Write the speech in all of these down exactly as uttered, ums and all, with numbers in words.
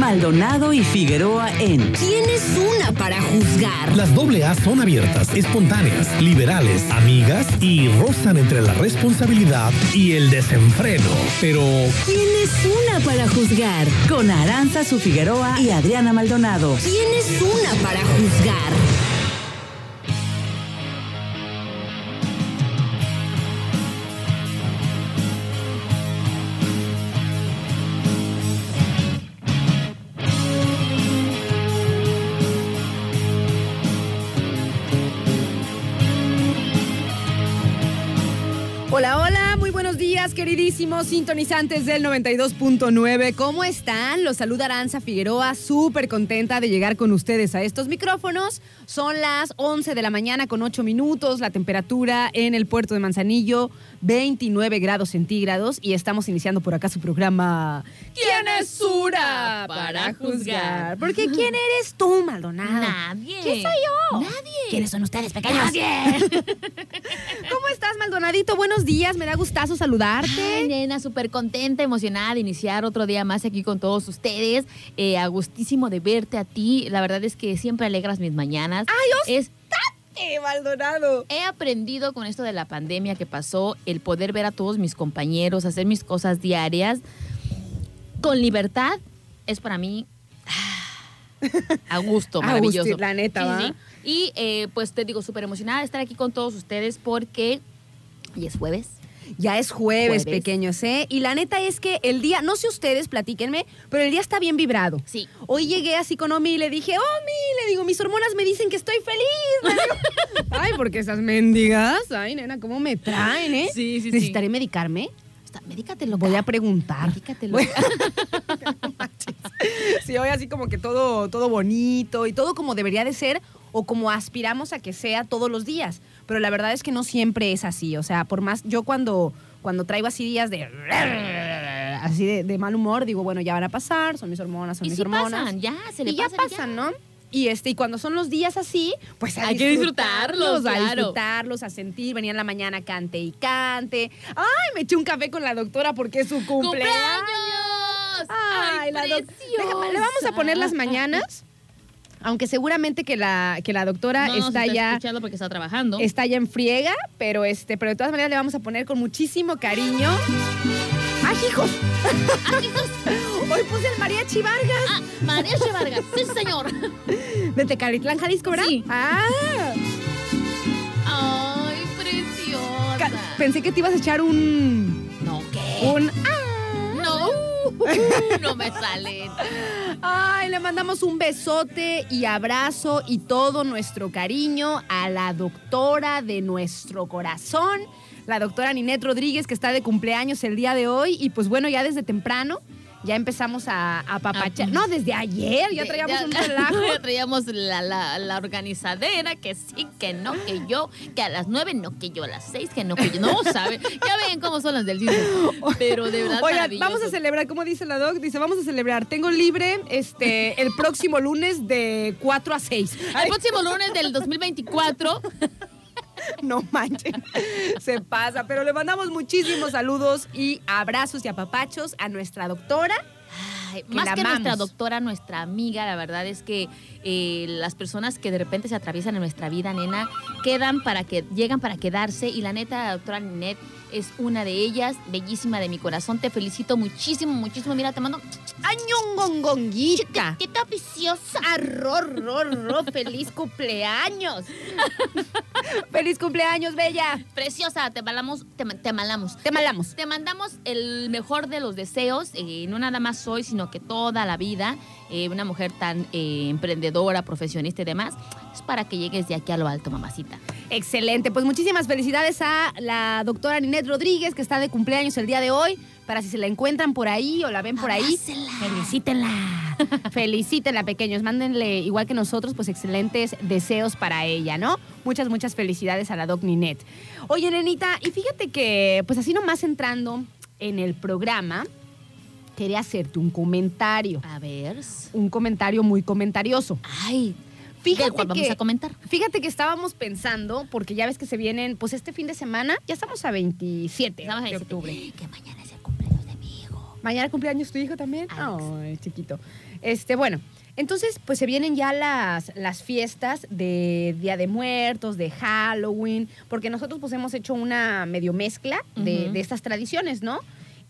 Maldonado y Figueroa en ¿Quién es una para juzgar? Las doble A son abiertas, espontáneas, liberales, amigas y rozan entre la responsabilidad y el desenfreno. Pero ¿quién es una para juzgar? con Arantxa Figueroa y Adriana Maldonado. ¿Quién es una para juzgar? Hola, hola, muy buenos días, queridísimos sintonizantes del noventa y dos punto nueve. ¿Cómo están? Los saluda Arantxa Figueroa, súper contenta de llegar con ustedes a estos micrófonos. Son las once de la mañana con ocho minutos, la temperatura en el puerto de Manzanillo, veintinueve grados centígrados, y estamos iniciando por acá su programa ¿Quién es una para juzgar? Porque ¿quién eres tú, Maldonado? Nadie. ¿Quién soy yo? Nadie. ¿Quiénes son ustedes, pequeños? Nadie. ¿Cómo estás, Maldonadito? Buenos días, me da gustazo saludarte. Ay, nena, súper contenta, emocionada de iniciar otro día más aquí con todos ustedes. Eh, a gustísimo de verte a ti. La verdad es que siempre alegras mis mañanas. ¡Ay, es ¡Eh, Maldonado! He aprendido con esto de la pandemia que pasó, el poder ver a todos mis compañeros, hacer mis cosas diarias con libertad, es para mí a gusto, maravilloso. A gusto, la neta, sí, ¿va? sí. Y eh, pues te digo, súper emocionada de estar aquí con todos ustedes porque hoy es jueves. Ya es jueves, Jueves. pequeños, ¿eh? Y la neta es que el día, no sé ustedes, platíquenme, pero el día está bien vibrado. Sí. Hoy llegué así con Omi y le dije, Omi, le digo, mis hormonas me dicen que estoy feliz. Le digo, ay, porque esas mendigas, ay, nena, ¿cómo me traen, eh? Sí, sí, sí. ¿Necesitaré medicarme? Está, médicatelo. Voy a preguntar. Médicatelo. Voy- Sí, hoy así como que todo, todo bonito y todo como debería de ser o como aspiramos a que sea todos los días. Pero la verdad es que no siempre es así. O sea, por más, yo cuando, cuando traigo así días de así de, de mal humor, digo, bueno, ya van a pasar, son mis hormonas, son Y mis sí hormonas. pasan, ya, se le Y ya pasan, pasan, ¿no? Y este, y cuando son los días así, pues a Hay que disfrutarlos, a claro. disfrutarlos, a sentir, venía en la mañana cante y cante. Ay, me eché un café con la doctora porque es su cumpleaños. ¡Cumpleaños! Ay, ¡Ay, la doc- preciosa! Déjame, le vamos a poner las mañanas, aunque seguramente que la, que la doctora No nos está, está ya escuchando porque está trabajando. está ya en friega, pero este, pero de todas maneras le vamos a poner con muchísimo cariño. ¡Ay, hijos! ¡Ay, hijos! Hoy puse el mariachi Vargas Ah, Mariachi Vargas, sí, señor. de Tecalitlán, Jalisco, ¿verdad? Sí. Ah, Ay, preciosa. ca- pensé que te ibas a echar un No, ¿qué? un No, no me salen. Ay, le mandamos un besote y abrazo y todo nuestro cariño a la doctora de nuestro corazón, la doctora Ninette Rodríguez, que está de cumpleaños el día de hoy. Y pues bueno, ya desde temprano ya empezamos a apapachar. Ah, No, desde ayer ya traíamos un relajo. Ya traíamos la, la, la organizadera, que sí, que no, que yo, que a las nueve, no, que yo a las seis, que no, que yo. No, ¿sabe? Ya ven cómo son las del cine. Pero de verdad, Oigan, maravilloso. vamos a celebrar, como dice la doc, dice, vamos a celebrar. Tengo libre este el próximo lunes de cuatro a seis. El próximo lunes del dos mil veinticuatro. No manchen, se pasa. Pero le mandamos muchísimos saludos y abrazos y apapachos a nuestra doctora. Ay, Que más la que amamos. nuestra doctora, nuestra amiga, la verdad es que eh, las personas que de repente se atraviesan en nuestra vida, nena, quedan para que, llegan para quedarse, y la neta, la doctora Ninette es una de ellas, bellísima de mi corazón. Te felicito muchísimo, muchísimo. Mira, te mando ¡Añongongonguita! chiquitita preciosa. ¡Arror, ror, ror! ¡Feliz cumpleaños! ¡Feliz cumpleaños, bella! Preciosa, te malamos, te, ma- te malamos. Te malamos. Te mandamos el mejor de los deseos, eh, no nada más hoy, sino que toda la vida. Eh, una mujer tan eh, emprendedora, profesionista y demás, es para que llegues de aquí a lo alto, mamacita. Excelente, pues muchísimas felicidades a la doctora Ninette Rodríguez, que está de cumpleaños el día de hoy. Para si se la encuentran por ahí o la ven por ahí, Abrácenla. felicítenla. Felicítenla, pequeños. Mándenle, igual que nosotros, pues excelentes deseos para ella, ¿no? Muchas, muchas felicidades a la doc Ninette. Oye, nenita, y fíjate que, pues así nomás entrando en el programa, quería hacerte un comentario. A ver. Un comentario muy comentarioso. Ay, Fíjate ¿del cual vamos que- a comentar? Fíjate que estábamos pensando, porque ya ves que se vienen, pues este fin de semana, ya estamos a veintisiete Estamos a de veintisiete. octubre. Que mañana es el cumpleaños de mi hijo. ¿Mañana cumpleaños tu hijo también? Alex. Ay, chiquito. Este, bueno, entonces, pues se vienen ya las, las fiestas de Día de Muertos, de Halloween, porque nosotros pues hemos hecho una medio mezcla de, Ujú. de estas tradiciones, ¿no?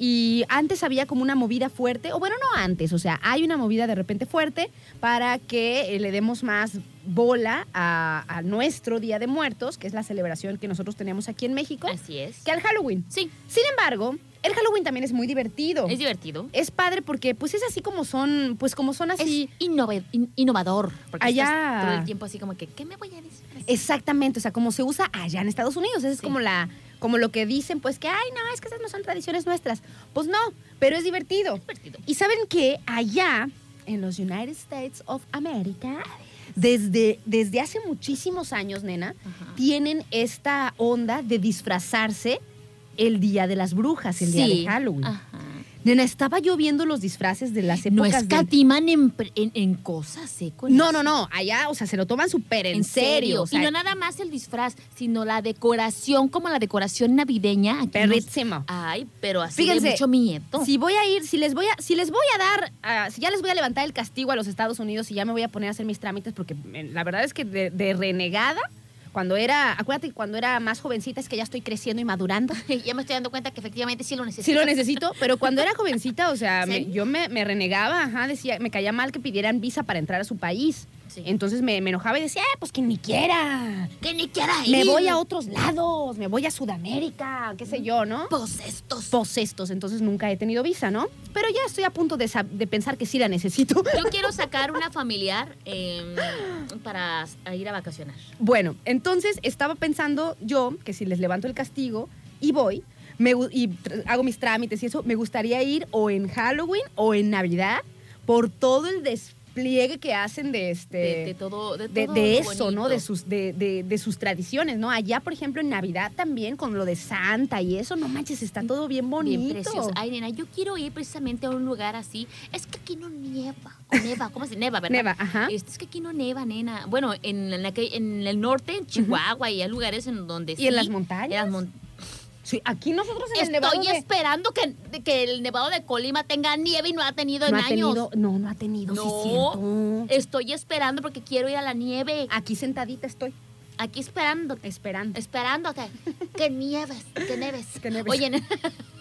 Y antes había como una movida fuerte, o bueno, no antes, o sea, hay una movida de repente fuerte para que eh, le demos más bola a, a nuestro Día de Muertos, que es la celebración que nosotros tenemos aquí en México, Así es. que al Halloween. Sí, Sin embargo, el Halloween también es muy divertido. es divertido. Es padre porque pues es así como son, pues como son así. Es innove- in- innovador. Porque Allá- estás todo el tiempo así como que, ¿qué me voy a decir? Exactamente, o sea, como se usa allá en Estados Unidos. Esa es Sí. como la, como lo que dicen, pues que, ay, no, es que esas no son tradiciones nuestras. Pues no, pero es divertido. Divertido. Y saben que allá, en los United States of America, desde, desde hace muchísimos años, nena, Ajá. tienen esta onda de disfrazarse el Día de las Brujas, el día Sí. de Halloween. Ajá. Nena, estaba yo viendo los disfraces de las No épocas del- escatiman en, pre- en, en cosas, ¿eh? Con No, eso. no, no, allá, o sea, se lo toman súper en, En serio. serio. O sea, y no nada más el disfraz, sino la decoración, como la decoración navideña. Aquí perrísimo. nos- Ay, pero así Fíjense, de mucho miedo. Si voy a ir, si les voy a, si les voy a dar, ah, si ya les voy a levantar el castigo a los Estados Unidos y ya me voy a poner a hacer mis trámites, porque eh, la verdad es que de, de renegada, cuando era, acuérdate que cuando era más jovencita es que ya estoy creciendo y madurando. ya me estoy dando cuenta que efectivamente sí lo necesito. Sí lo necesito, pero cuando era jovencita, o sea, me- ¿Sí? yo me, me renegaba, ajá, decía, me caía mal que pidieran visa para entrar a su país. Sí. Entonces me, me enojaba y decía, eh, pues que ni quiera. Que ni quiera ir. Me voy a otros lados, me voy a Sudamérica, qué sé yo, ¿no? Pues estos. Posestos, entonces nunca he tenido visa, ¿no? Pero ya estoy a punto de, sab- de pensar que sí la necesito. Yo quiero sacar una familiar eh, para a ir a vacacionar. Bueno, entonces estaba pensando yo que si les levanto el castigo y voy me gu- y tr- hago mis trámites y eso, me gustaría ir o en Halloween o en Navidad por todo el despliegue que hacen de este... De, de todo, de, de, todo de lo eso, ¿no? bonito. De sus, de, de- de sus tradiciones, ¿no? Allá, por ejemplo, en Navidad también, con lo de Santa y eso, no manches, está todo bien bonito. Bien precioso. Ay, nena, yo quiero ir precisamente a un lugar así. Es que aquí no nieva. O neva, ¿cómo se neva, verdad? Neva, ajá. Este, es que aquí no neva, nena. Bueno, en, en, la que- en el norte, en Chihuahua, y hay lugares en donde ¿Y sí. en las montañas? En las mon- Sí, aquí nosotros en el Nevado Estoy de- esperando que, de que el Nevado de Colima tenga nieve y no ha tenido no en ha años. tenido, no, no ha tenido, sí es cierto. No, estoy esperando porque quiero ir a la nieve. Aquí sentadita estoy, Aquí esperando, esperando. esperando que, que nieves, que neves. Que neves. Oye, nena,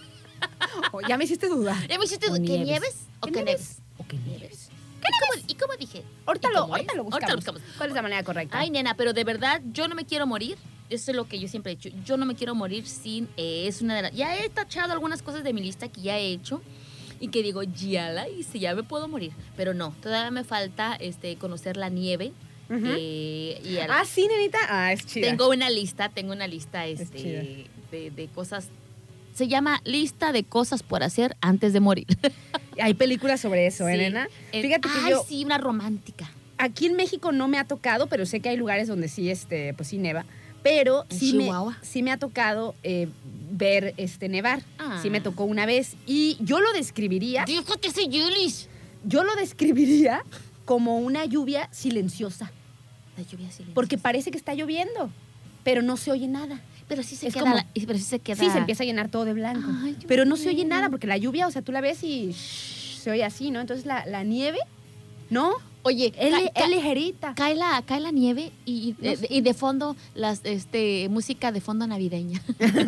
Oh, ya me hiciste dudar. ¿ya me hiciste O que nieves. nieves o ¿Qué que nieves? neves? ¿O qué nieves? ¿Y cómo, ¿Y cómo dije? Ahorita ¿Y lo, cómo ahorita es? lo buscamos. Ahorita lo buscamos. ¿Cuál es la manera correcta? Ay, nena, pero de verdad, yo no me quiero morir. Eso es lo que yo siempre he dicho. Yo no me quiero morir sin... eh, es una de las... Ya he tachado algunas cosas de mi lista que ya he hecho y que digo, ya la hice, ya me puedo morir. Pero no, todavía me falta este, conocer la nieve. Ujú. eh, y al- Ah, sí, nenita. Ah, es chida. tengo una lista, tengo una lista chida. este, de, de cosas... Se llama lista de cosas por hacer antes de morir. Hay películas sobre eso, ¿eh, Sí. nena? Eh, Fíjate que ay, yo... sí, una romántica. Aquí en México no me ha tocado, pero sé que hay lugares donde sí, este, pues sí neva. Pero ¿En sí me, Chihuahua? sí me ha tocado eh, ver este nevar. Ah. Sí me tocó una vez. Y yo lo describiría, Dijo que soy Julis. yo lo describiría como una lluvia silenciosa. La lluvia silenciosa. Porque parece que está lloviendo, pero no se oye nada. Pero sí se Es queda... como- la- pero sí se queda... Sí, se empieza a llenar todo de blanco. Ay, yo pero no se oye quiero. nada porque la lluvia, o sea, tú la ves y shh, se oye así, ¿no? Entonces la, la nieve, ¿no? Oye, Es, ca- li- ca- es ligerita. cae, la, cae la nieve y, y, No de, y de fondo las este música de fondo navideña.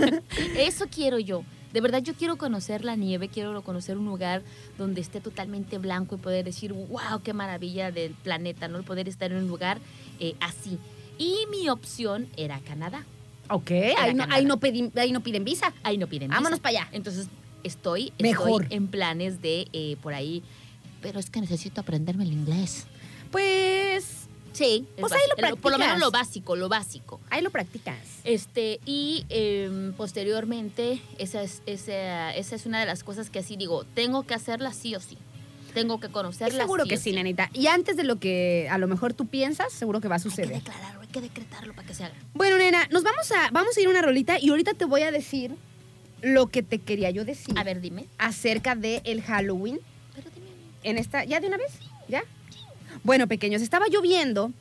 Eso quiero yo. De verdad, yo quiero conocer la nieve, quiero conocer un lugar donde esté totalmente blanco y poder decir, wow, qué maravilla del planeta, ¿no? El poder estar en un lugar eh, así. Y mi opción era Canadá. Ok, ahí no, Canadá. ahí, no pedí- ahí no piden visa. Ahí no piden visa. Vámonos para allá. Entonces, estoy, Mejor. estoy en planes de eh, por ahí. Pero es que necesito aprenderme el inglés. Pues Sí. Pues el ahí lo basi- el- Por lo menos practicas. lo básico, lo básico. ahí lo practicas. Este, y eh, posteriormente, esa es, esa, esa es una de las cosas que así digo, tengo que hacerla sí o sí. Tengo que conocerla. Seguro sí que o sí, nenita. Y antes de lo que a lo mejor tú piensas, seguro que va a Hay que suceder. declararlo, hay que decretarlo para que se haga. Bueno, nena, nos vamos a, vamos a ir a una rolita y ahorita te voy a decir lo que te quería yo decir A ver, dime. acerca de el Halloween. Pero dime. En esta, ¿ya de una vez? ¿Ya? Bueno, pequeños, estaba yo viendo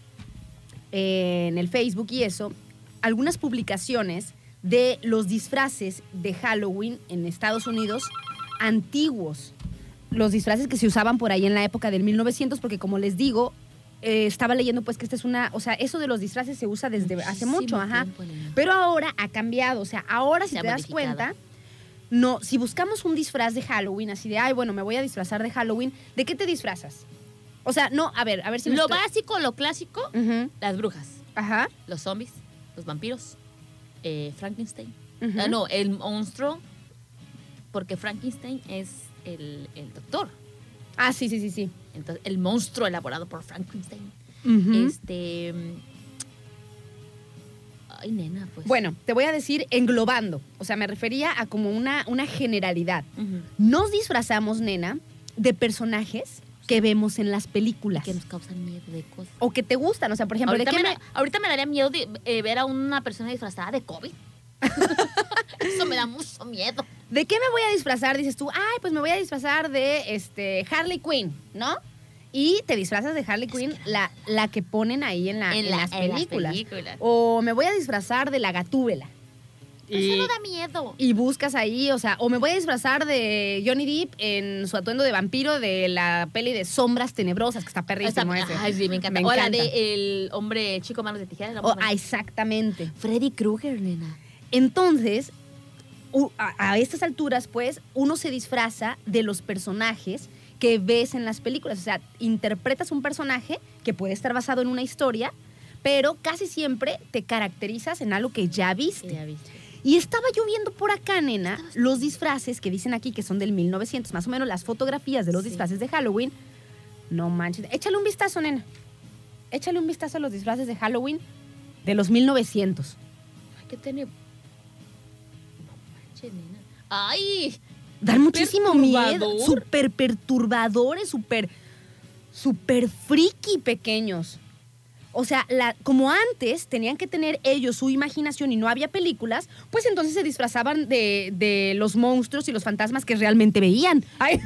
eh, en el Facebook y eso, algunas publicaciones de los disfraces de Halloween en Estados Unidos antiguos los disfraces que se usaban por ahí en la época del mil novecientos, porque como les digo, eh, estaba leyendo pues que esta es una, o sea, eso de los disfraces se usa desde Muchísimo hace mucho, ajá. tiempo, nena. Pero ahora ha cambiado, o sea, ahora si Se ha te das modificado. cuenta, no, si buscamos un disfraz de Halloween, así de, ay, bueno, me voy a disfrazar de Halloween, ¿de qué te disfrazas? O sea, no, a ver, a ver si me Lo estoy- básico, lo clásico, Ujú, las brujas, ajá. los zombies, los vampiros, eh, Frankenstein. Ujú. Ah, no, el monstruo, porque Frankenstein es el, el doctor. Ah, sí, sí, sí, sí. Entonces, el monstruo elaborado por Frankenstein. Ujú. Este. Ay, nena, pues. Bueno, te voy a decir englobando, o sea, me refería a como una, una generalidad. Ujú. Nos disfrazamos, nena, de personajes que vemos en las Y películas. que nos causan miedo de cosas. O que te gustan, o sea, por ejemplo, Ahorita ¿de qué me, me... da- ahorita me daría miedo de, eh, ver a una persona disfrazada de COVID. Eso me da mucho miedo. ¿De qué me voy a disfrazar? Dices tú, ay, pues me voy a disfrazar de este, Harley Quinn, ¿no? Y te disfrazas de Harley Quinn, la, la que ponen ahí en, la, en, En la- las en las películas. películas. O me voy a disfrazar de la Gatúbela. Eso no da miedo. Y buscas ahí, o sea, o me voy a disfrazar de Johnny Depp en su atuendo de vampiro de la peli de Sombras Tenebrosas, que está perrísimo Está- ese. Ay, sí, me encanta. Me O la encanta. de el hombre chico manos de tijera. la O- mamá. ah, exactamente. Freddy Krueger, nena. Entonces, u- a, a estas alturas, pues, uno se disfraza de los personajes que ves en las películas. O sea, interpretas un personaje que puede estar basado en una historia, pero casi siempre te caracterizas en algo que ya viste. Ya viste. Y estaba yo viendo por acá, nena, los disfraces que dicen aquí que son del mil novecientos, más o menos las fotografías de los Sí. disfraces de Halloween. No manches. Échale un vistazo, nena. Échale un vistazo a los disfraces de Halloween de los mil novecientos. Ay, ¿qué tiene? No manches, nena. ¡Ay! Dan muchísimo miedo. Perturbador. Súper perturbadores, súper, súper friki pequeños. O sea, la, como antes tenían que tener ellos su imaginación y no había películas, pues entonces se disfrazaban de, de los monstruos y los fantasmas que realmente veían. Ay,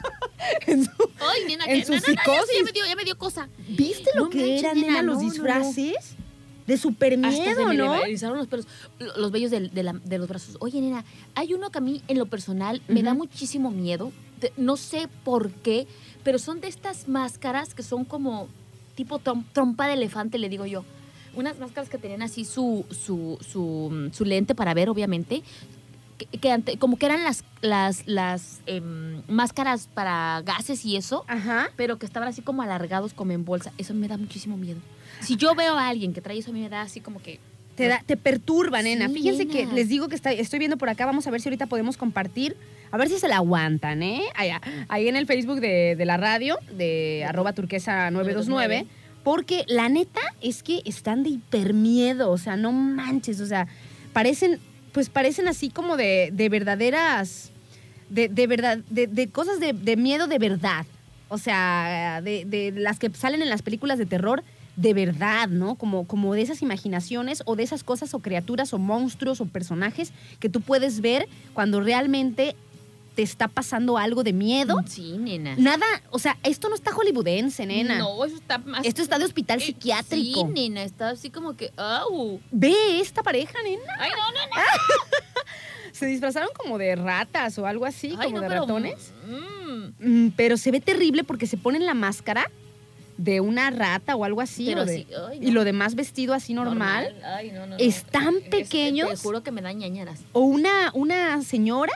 en su- ¡Ay, nena! En que- su no, no, no, ya- psicosis. Ya me dio, ya me dio cosa. ¿Viste lo No que manches, eran, nena, nena, los no, no, no. disfraces? De súper Hasta miedo, se me ¿no? erizaron los pelos, los vellos del- de, la- de los brazos. Oye, nena, hay uno que a mí, en lo personal, me da Ujú. muchísimo miedo. Te- No sé por qué, pero son de estas máscaras que son como tipo trom- trompa de elefante, le digo yo. Unas máscaras que tenían así su, su, su, su lente para ver, obviamente. Que, que ante- como que eran las, las, las em, máscaras para gases y eso, Ajá. pero que estaban así como alargados como en bolsa. Eso me da muchísimo miedo. Si yo veo a alguien que trae eso, a mí me da así como que... Te, da, te perturba, nena. Sí, Fíjense nena. que les digo que está- estoy viendo por acá, vamos a ver si ahorita podemos compartir, a ver si se la aguantan, ¿eh? Allá, ahí en el Facebook de, de la radio, de arroba turquesa nueve dos nueve, porque la neta es que están de hipermiedo, o sea, no manches, o sea, parecen, pues parecen así como de, de verdaderas, de, de verdad, de, de cosas de, de miedo de verdad. O sea, de, de las que salen en las películas de terror de verdad, ¿no? Como, como de esas imaginaciones o de esas cosas o criaturas o monstruos o personajes que tú puedes ver cuando realmente te está pasando algo de miedo. Sí, nena. Nada, o sea, esto no está hollywoodense, nena. No, eso está más... Esto está de hospital Eh, psiquiátrico. Sí, nena, está así como que... ¡Au! Ve esta pareja, nena. ¡Ay, no, no, no! Se disfrazaron como de ratas o algo así, Ay, como no, de pero, ratones. mm, Mm, pero se ve terrible porque se ponen la máscara de una rata o algo así. Pero o de- sí, ay, no. Y lo demás vestido así normal. Ay, no, no, no. Están Es que pequeños. Te juro que me dan ñañaras. O una, una señora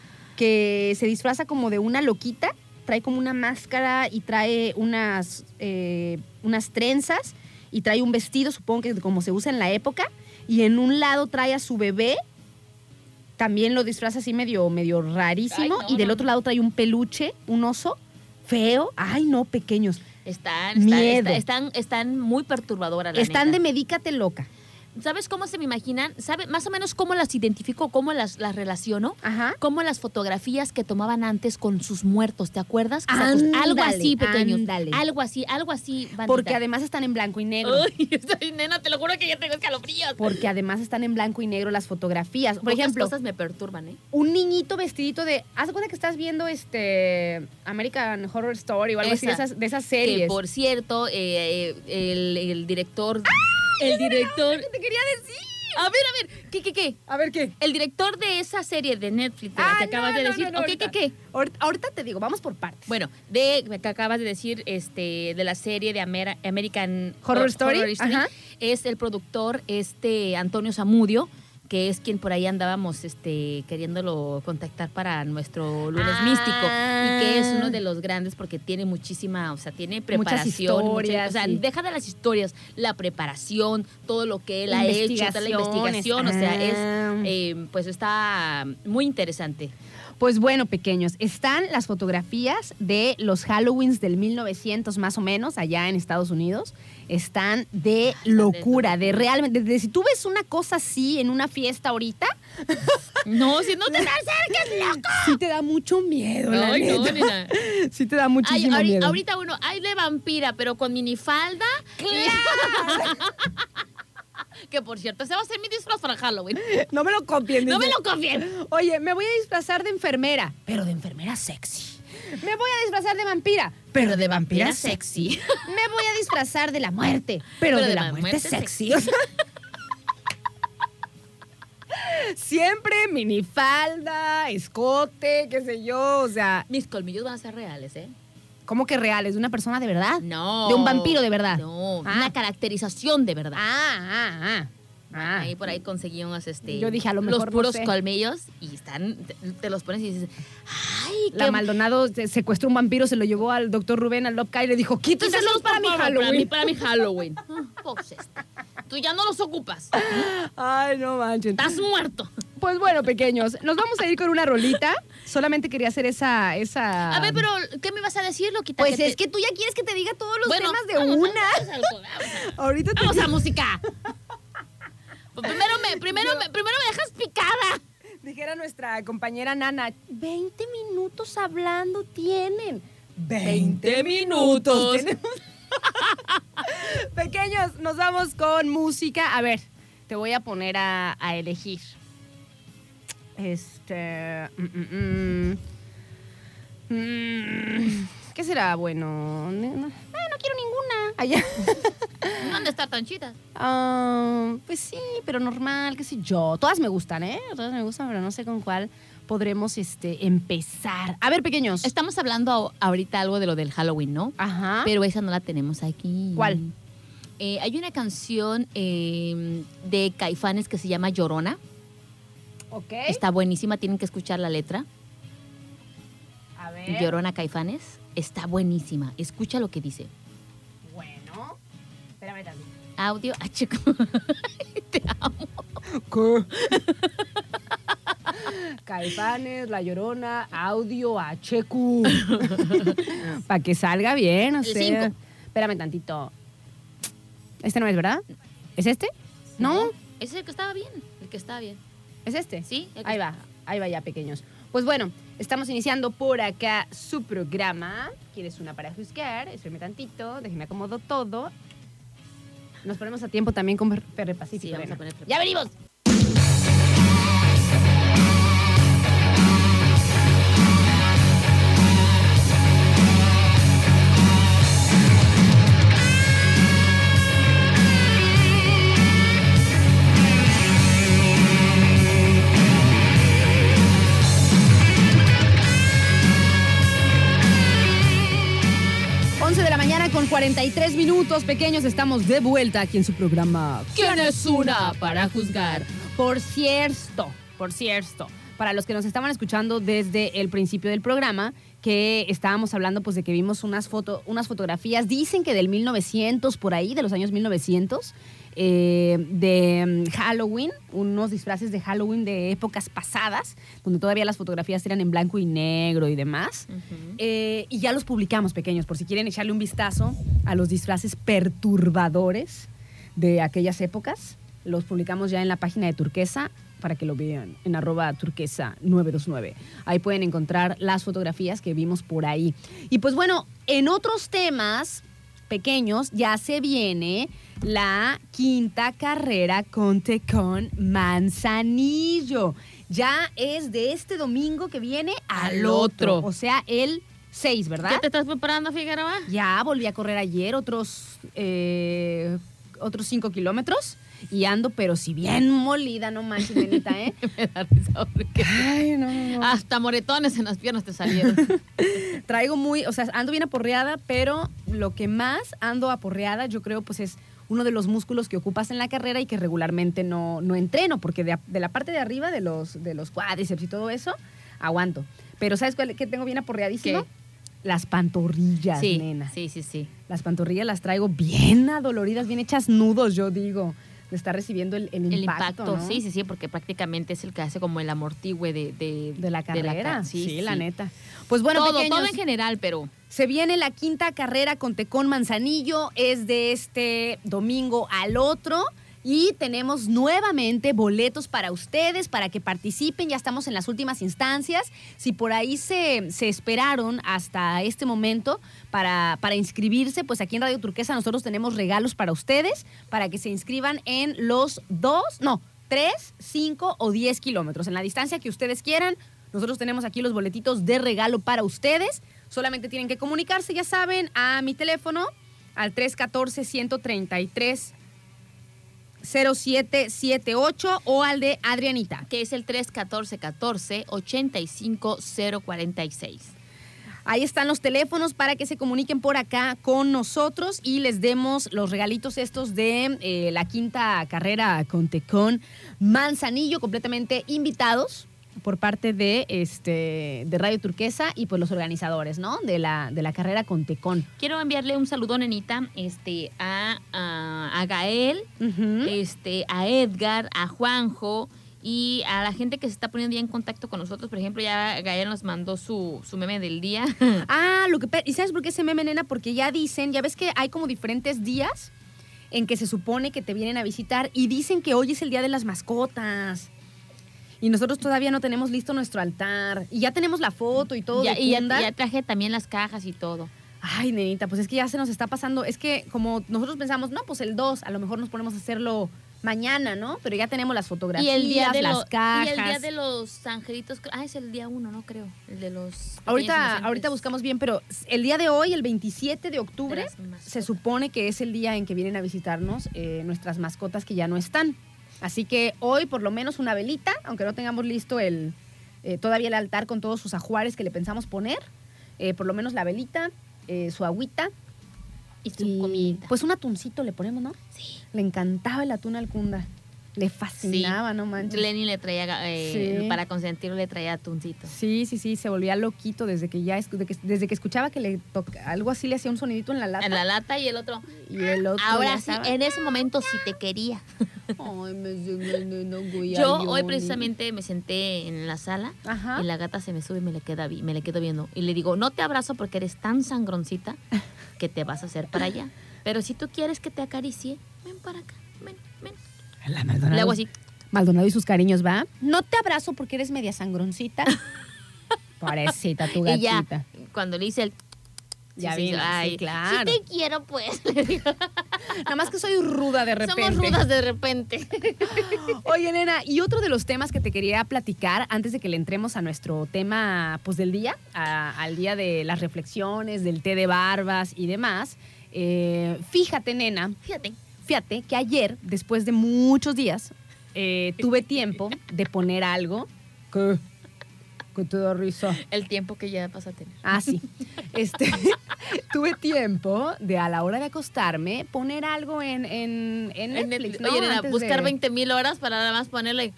que se disfraza como de una loquita, trae como una máscara y trae unas, eh, unas trenzas y trae un vestido, supongo que como se usa en la época, y en un lado trae a su bebé, también lo disfraza así medio, medio rarísimo, Ay, no, y del no, otro no. lado trae un peluche, un oso, feo. Ay, no, pequeños. Están, están, Miedo. está- están, están muy perturbadoras, la Están de neta. medícate loca. ¿Sabes cómo se me imaginan? ¿Sabe más o menos cómo las identifico, cómo las, las relaciono? Ajá. Como las fotografías que tomaban antes con sus muertos, ¿te acuerdas? Que se acos- algo Ándale, así, pequeños. ándale. Algo así, algo así, bandita. Porque además están en blanco y negro. Ay, estoy, nena, te lo juro que ya tengo escalofríos. Porque además están en blanco y negro las fotografías. Por Pocas ejemplo, cosas me perturban, ¿eh? un niñito vestidito de... Haz de cuenta que estás viendo este American Horror Story o algo así de Esa. esas, de esas Que, series. por cierto, eh, eh, el, el director... El director... ¿Qué te quería decir? A ver, a ver, ¿qué, qué, qué? A ver, ¿qué? El director de esa serie de Netflix de la Ah, que acabas no, de no, decir. no, no, ¿O qué, ahorita. qué, qué? Ahorita, ahorita te digo, vamos por partes. Bueno, de que acabas de decir, este, de la serie de Amer- American Horror Story, ajá. es el productor este Antonio Zamudio, que es quien por ahí andábamos este, queriéndolo contactar para nuestro lunes Ah. místico, y que es uno de los grandes porque tiene muchísima, o sea, tiene preparación, historias, mucha- o sea, sí. deja de las historias, la preparación, todo lo que él ha hecho, toda la investigación, o sea, Ah. es, eh, pues está muy interesante. Pues bueno, pequeños, están las fotografías de los Halloweens del mil novecientos más o menos, allá en Estados Unidos. Están de locura, de realmente, de, si tú ves una cosa así en una fiesta ahorita, No, si no te acerques, loco. sí te da mucho miedo, la Ay, no, neta. nena. Sí te da Ay, muchísimo ahori- miedo. ahorita uno, hay de vampira, pero con minifalda. ¡Claro! Que por cierto, ese va a ser mi disfraz para Halloween. No me lo copien. No me dice. lo confíen. Oye, me voy a disfrazar de enfermera, pero de enfermera sexy. Me voy a disfrazar de vampira, pero de vampira sexy. Me voy a disfrazar de la muerte, pero, de, la muerte, sexy. O sea, siempre minifalda, escote, qué sé yo, o sea, Mis colmillos van a ser reales, ¿eh? ¿cómo que reales? ¿De una persona de verdad? No. ¿De un vampiro de verdad? No, Ah. una caracterización de verdad. Ah, ah, ah. Ah. Ahí por ahí conseguí unos, este, Yo dije, a lo los mejor no puros sé. colmillos y están, te, te los pones y dices, ay, La qué Maldonado se- secuestró un vampiro, se lo llevó al doctor Rubén al Lopca y le dijo, quítaselos para mi Para mí, Halloween. para mi Halloween. Ah, pues este, tú ya no los ocupas. Ay, no manches. Estás muerto. Pues bueno, pequeños, nos vamos a ir con una rolita. Solamente quería hacer esa... esa... A ver, pero ¿qué me vas a decir, Loquita? Pues te- es que tú ya quieres que te diga todos los Bueno, temas de vamos, una. Vamos, al- vamos, a- Ahorita te... vamos a música. Pues primero me, primero, me, primero me dejas picada. Dijera nuestra compañera Nana, veinte minutos hablando tienen. veinte minutos. tenemos. Pequeños, nos vamos con música. A ver, te voy a poner a, a elegir. Este... mm, mm, mm. Mm, ¿qué será bueno? No, no, ay, no quiero ninguna. Allá. ¿Dónde está tan chida? Ah, pues sí, pero normal, qué sé yo. Todas me gustan, ¿eh? Todas me gustan, pero no sé con cuál podremos este, empezar. A ver, pequeños. Estamos hablando ahorita algo de lo del Halloween, ¿no? Ajá. Pero esa no la tenemos aquí. ¿Cuál? Eh, hay una canción eh, de Caifanes que se llama Llorona. Ok. Está buenísima, tienen que escuchar la letra. A ver. Llorona Caifanes. Está buenísima. Escucha lo que dice. Bueno. Espérame también. Audio. Ah, chico. Te amo. ¿Qué? Caifanes, La Llorona, audio H Q. Para que salga bien, o El sea. cinco. Espérame tantito. Este no es, ¿verdad? ¿Es este? No. Ese es el que estaba bien. El que estaba bien. ¿Es este? Sí. el que Ahí va, ahí va ya, pequeños. Pues bueno, estamos iniciando por acá su programa. ¿Quieres una para juzgar? Espérame tantito, déjeme acomodo todo. Nos ponemos a tiempo también con Ferre Pacífico. Sí, vamos venga. a poner Ferre ¡Ya venimos! once de la mañana con cuarenta y tres minutos, pequeños, estamos de vuelta aquí en su programa. ¿Quién es una para juzgar? Por cierto, por cierto, para los que nos estaban escuchando desde el principio del programa, que estábamos hablando pues de que vimos unas, foto, unas fotografías, dicen que del mil novecientos, por ahí, de los años mil novecientos, eh, de um, Halloween, unos disfraces de Halloween de épocas pasadas, donde todavía las fotografías eran en blanco y negro y demás. Ujú. Eh, y ya los publicamos, pequeños, por si quieren echarle un vistazo a los disfraces perturbadores de aquellas épocas. Los publicamos ya en la página de Turquesa para que lo vean, en arroba turquesa nueve dos nueve. Ahí pueden encontrar las fotografías que vimos por ahí. Y pues bueno, en otros temas pequeños ya se viene la quinta carrera Conte con Manzanillo. Ya es de este domingo que viene al, Al otro. otro. O sea, el seis, ¿verdad? ¿Ya te estás preparando, Figueroa? Ya volví a correr ayer otros, eh, otros cinco kilómetros y ando, pero si bien molida, no manches, nenita, ¿eh? Me da risa porque Ay, no, no, no. hasta moretones en las piernas te salieron. Traigo muy, o sea, ando bien aporreada, pero lo que más ando aporreada, yo creo, pues es uno de los músculos que ocupas en la carrera y que regularmente no, no entreno, porque de, de la parte de arriba de los, de los cuádriceps y todo eso, aguanto. Pero ¿sabes cuál que tengo bien aporreadísimo? ¿Qué? Las pantorrillas, Sí, nena. sí, sí, sí. Las pantorrillas las traigo bien adoloridas, bien hechas nudos, yo digo, de estar recibiendo el, el El impacto, impacto, ¿no? sí, sí, sí, porque prácticamente es el que hace como el amortigüe de, de, De la carrera, ca- sí, la neta. Pues bueno, todo, pequeños, todo en general, pero se viene la quinta carrera con Tecón Manzanillo, es de este domingo al otro. Y tenemos nuevamente boletos para ustedes, para que participen. Ya estamos en las últimas instancias. Si por ahí se, se esperaron hasta este momento para, para inscribirse, pues aquí en Radio Turquesa nosotros tenemos regalos para ustedes, para que se inscriban en los dos, no, tres, cinco o diez kilómetros. En la distancia que ustedes quieran, nosotros tenemos aquí los boletitos de regalo para ustedes. Solamente tienen que comunicarse, ya saben, a mi teléfono, al tres uno cuatro, uno tres tres, cero siete siete ocho o al de Adrianita. que es el tres catorce catorce ochenta y cinco cero cuarenta y seis. Ahí están los teléfonos para que se comuniquen por acá con nosotros y les demos los regalitos estos de eh, la quinta carrera con Tecón Manzanillo, completamente invitados por parte de este de Radio Turquesa y pues los organizadores, ¿no? De la, de la carrera con Tecón. Quiero enviarle un saludo, nenita, este, a, a, a Gael, Uh-huh. este, a Edgar, a Juanjo y a la gente que se está poniendo ya en contacto con nosotros. Por ejemplo, ya Gael nos mandó su, su meme del día. Ah, lo que... ¿Y sabes por qué ese meme, nena? Porque ya dicen, ya ves que hay como diferentes días en que se supone que te vienen a visitar y dicen que hoy es el día de las mascotas. Y nosotros todavía no tenemos listo nuestro altar. Y ya tenemos la foto y todo Ya- de y ya, Kunda. ya traje también las cajas y todo. Ay, nenita, pues es que ya se nos está pasando. Es que como nosotros pensamos, no, pues el dos, a lo mejor nos ponemos a hacerlo mañana, ¿no? Pero ya tenemos las fotografías, Y el día de las los cajas. y el día de los angelitos, ah, es el día uno, no creo, el de los pequeños Ahorita, inocentes. ahorita buscamos bien, pero el día de hoy, el veintisiete de octubre, De las mascotas. se supone que es el día en que vienen a visitarnos eh, nuestras mascotas que ya no están. Así que hoy, por lo menos, una velita, aunque no tengamos listo el eh, todavía el altar con todos sus ajuares que le pensamos poner, eh, por lo menos la velita, eh, su agüita y su y comida. pues un atuncito le ponemos, ¿no? Sí. Le encantaba el atún al Kunda. Le fascinaba, no manches. Lenny le traía, eh, Sí. para consentirlo, le traía atuncito. Sí, sí, sí, se volvía loquito desde que ya es- de que- desde que escuchaba que le toca algo así, le hacía un sonidito en la lata. En la lata y el otro. Y el otro Ahora ya sí, estaba- en ese momento sí te quería. Ay, me no, no, no, güey, Yo ay, hoy Johnny. precisamente me senté en la sala Ajá. y la gata se me sube y me le queda vi- me le quedo viendo y le digo, no te abrazo porque eres tan sangroncita que te vas a hacer para allá. Pero si tú quieres que te acaricie, ven para acá, ven, ven. La Maldonado. Le hago así. Maldonado y sus cariños, ¿va? No te abrazo porque eres media sangroncita. Pobrecita tu Y ya, gatita. cuando le hice el... Ya sí, sí, vino, sí, ay, claro. Si te quiero, pues. Le digo. Nada más que soy ruda de repente. Somos rudas de repente. Oye, nena, y otro de los temas que te quería platicar antes de que le entremos a nuestro tema pues, del día, a- al día de las reflexiones, del té de barbas y demás. eh, fíjate, nena, Fíjate. fíjate que ayer, después de muchos días, eh, tuve tiempo de poner algo que, que te da risa. El tiempo que ya vas a tener. Ah, sí. Este, tuve tiempo de a la hora de acostarme poner algo en, en, en En Netflix, Netflix, ¿no? oye, nena, Antes buscar de- veinte mil horas para nada más ponerle...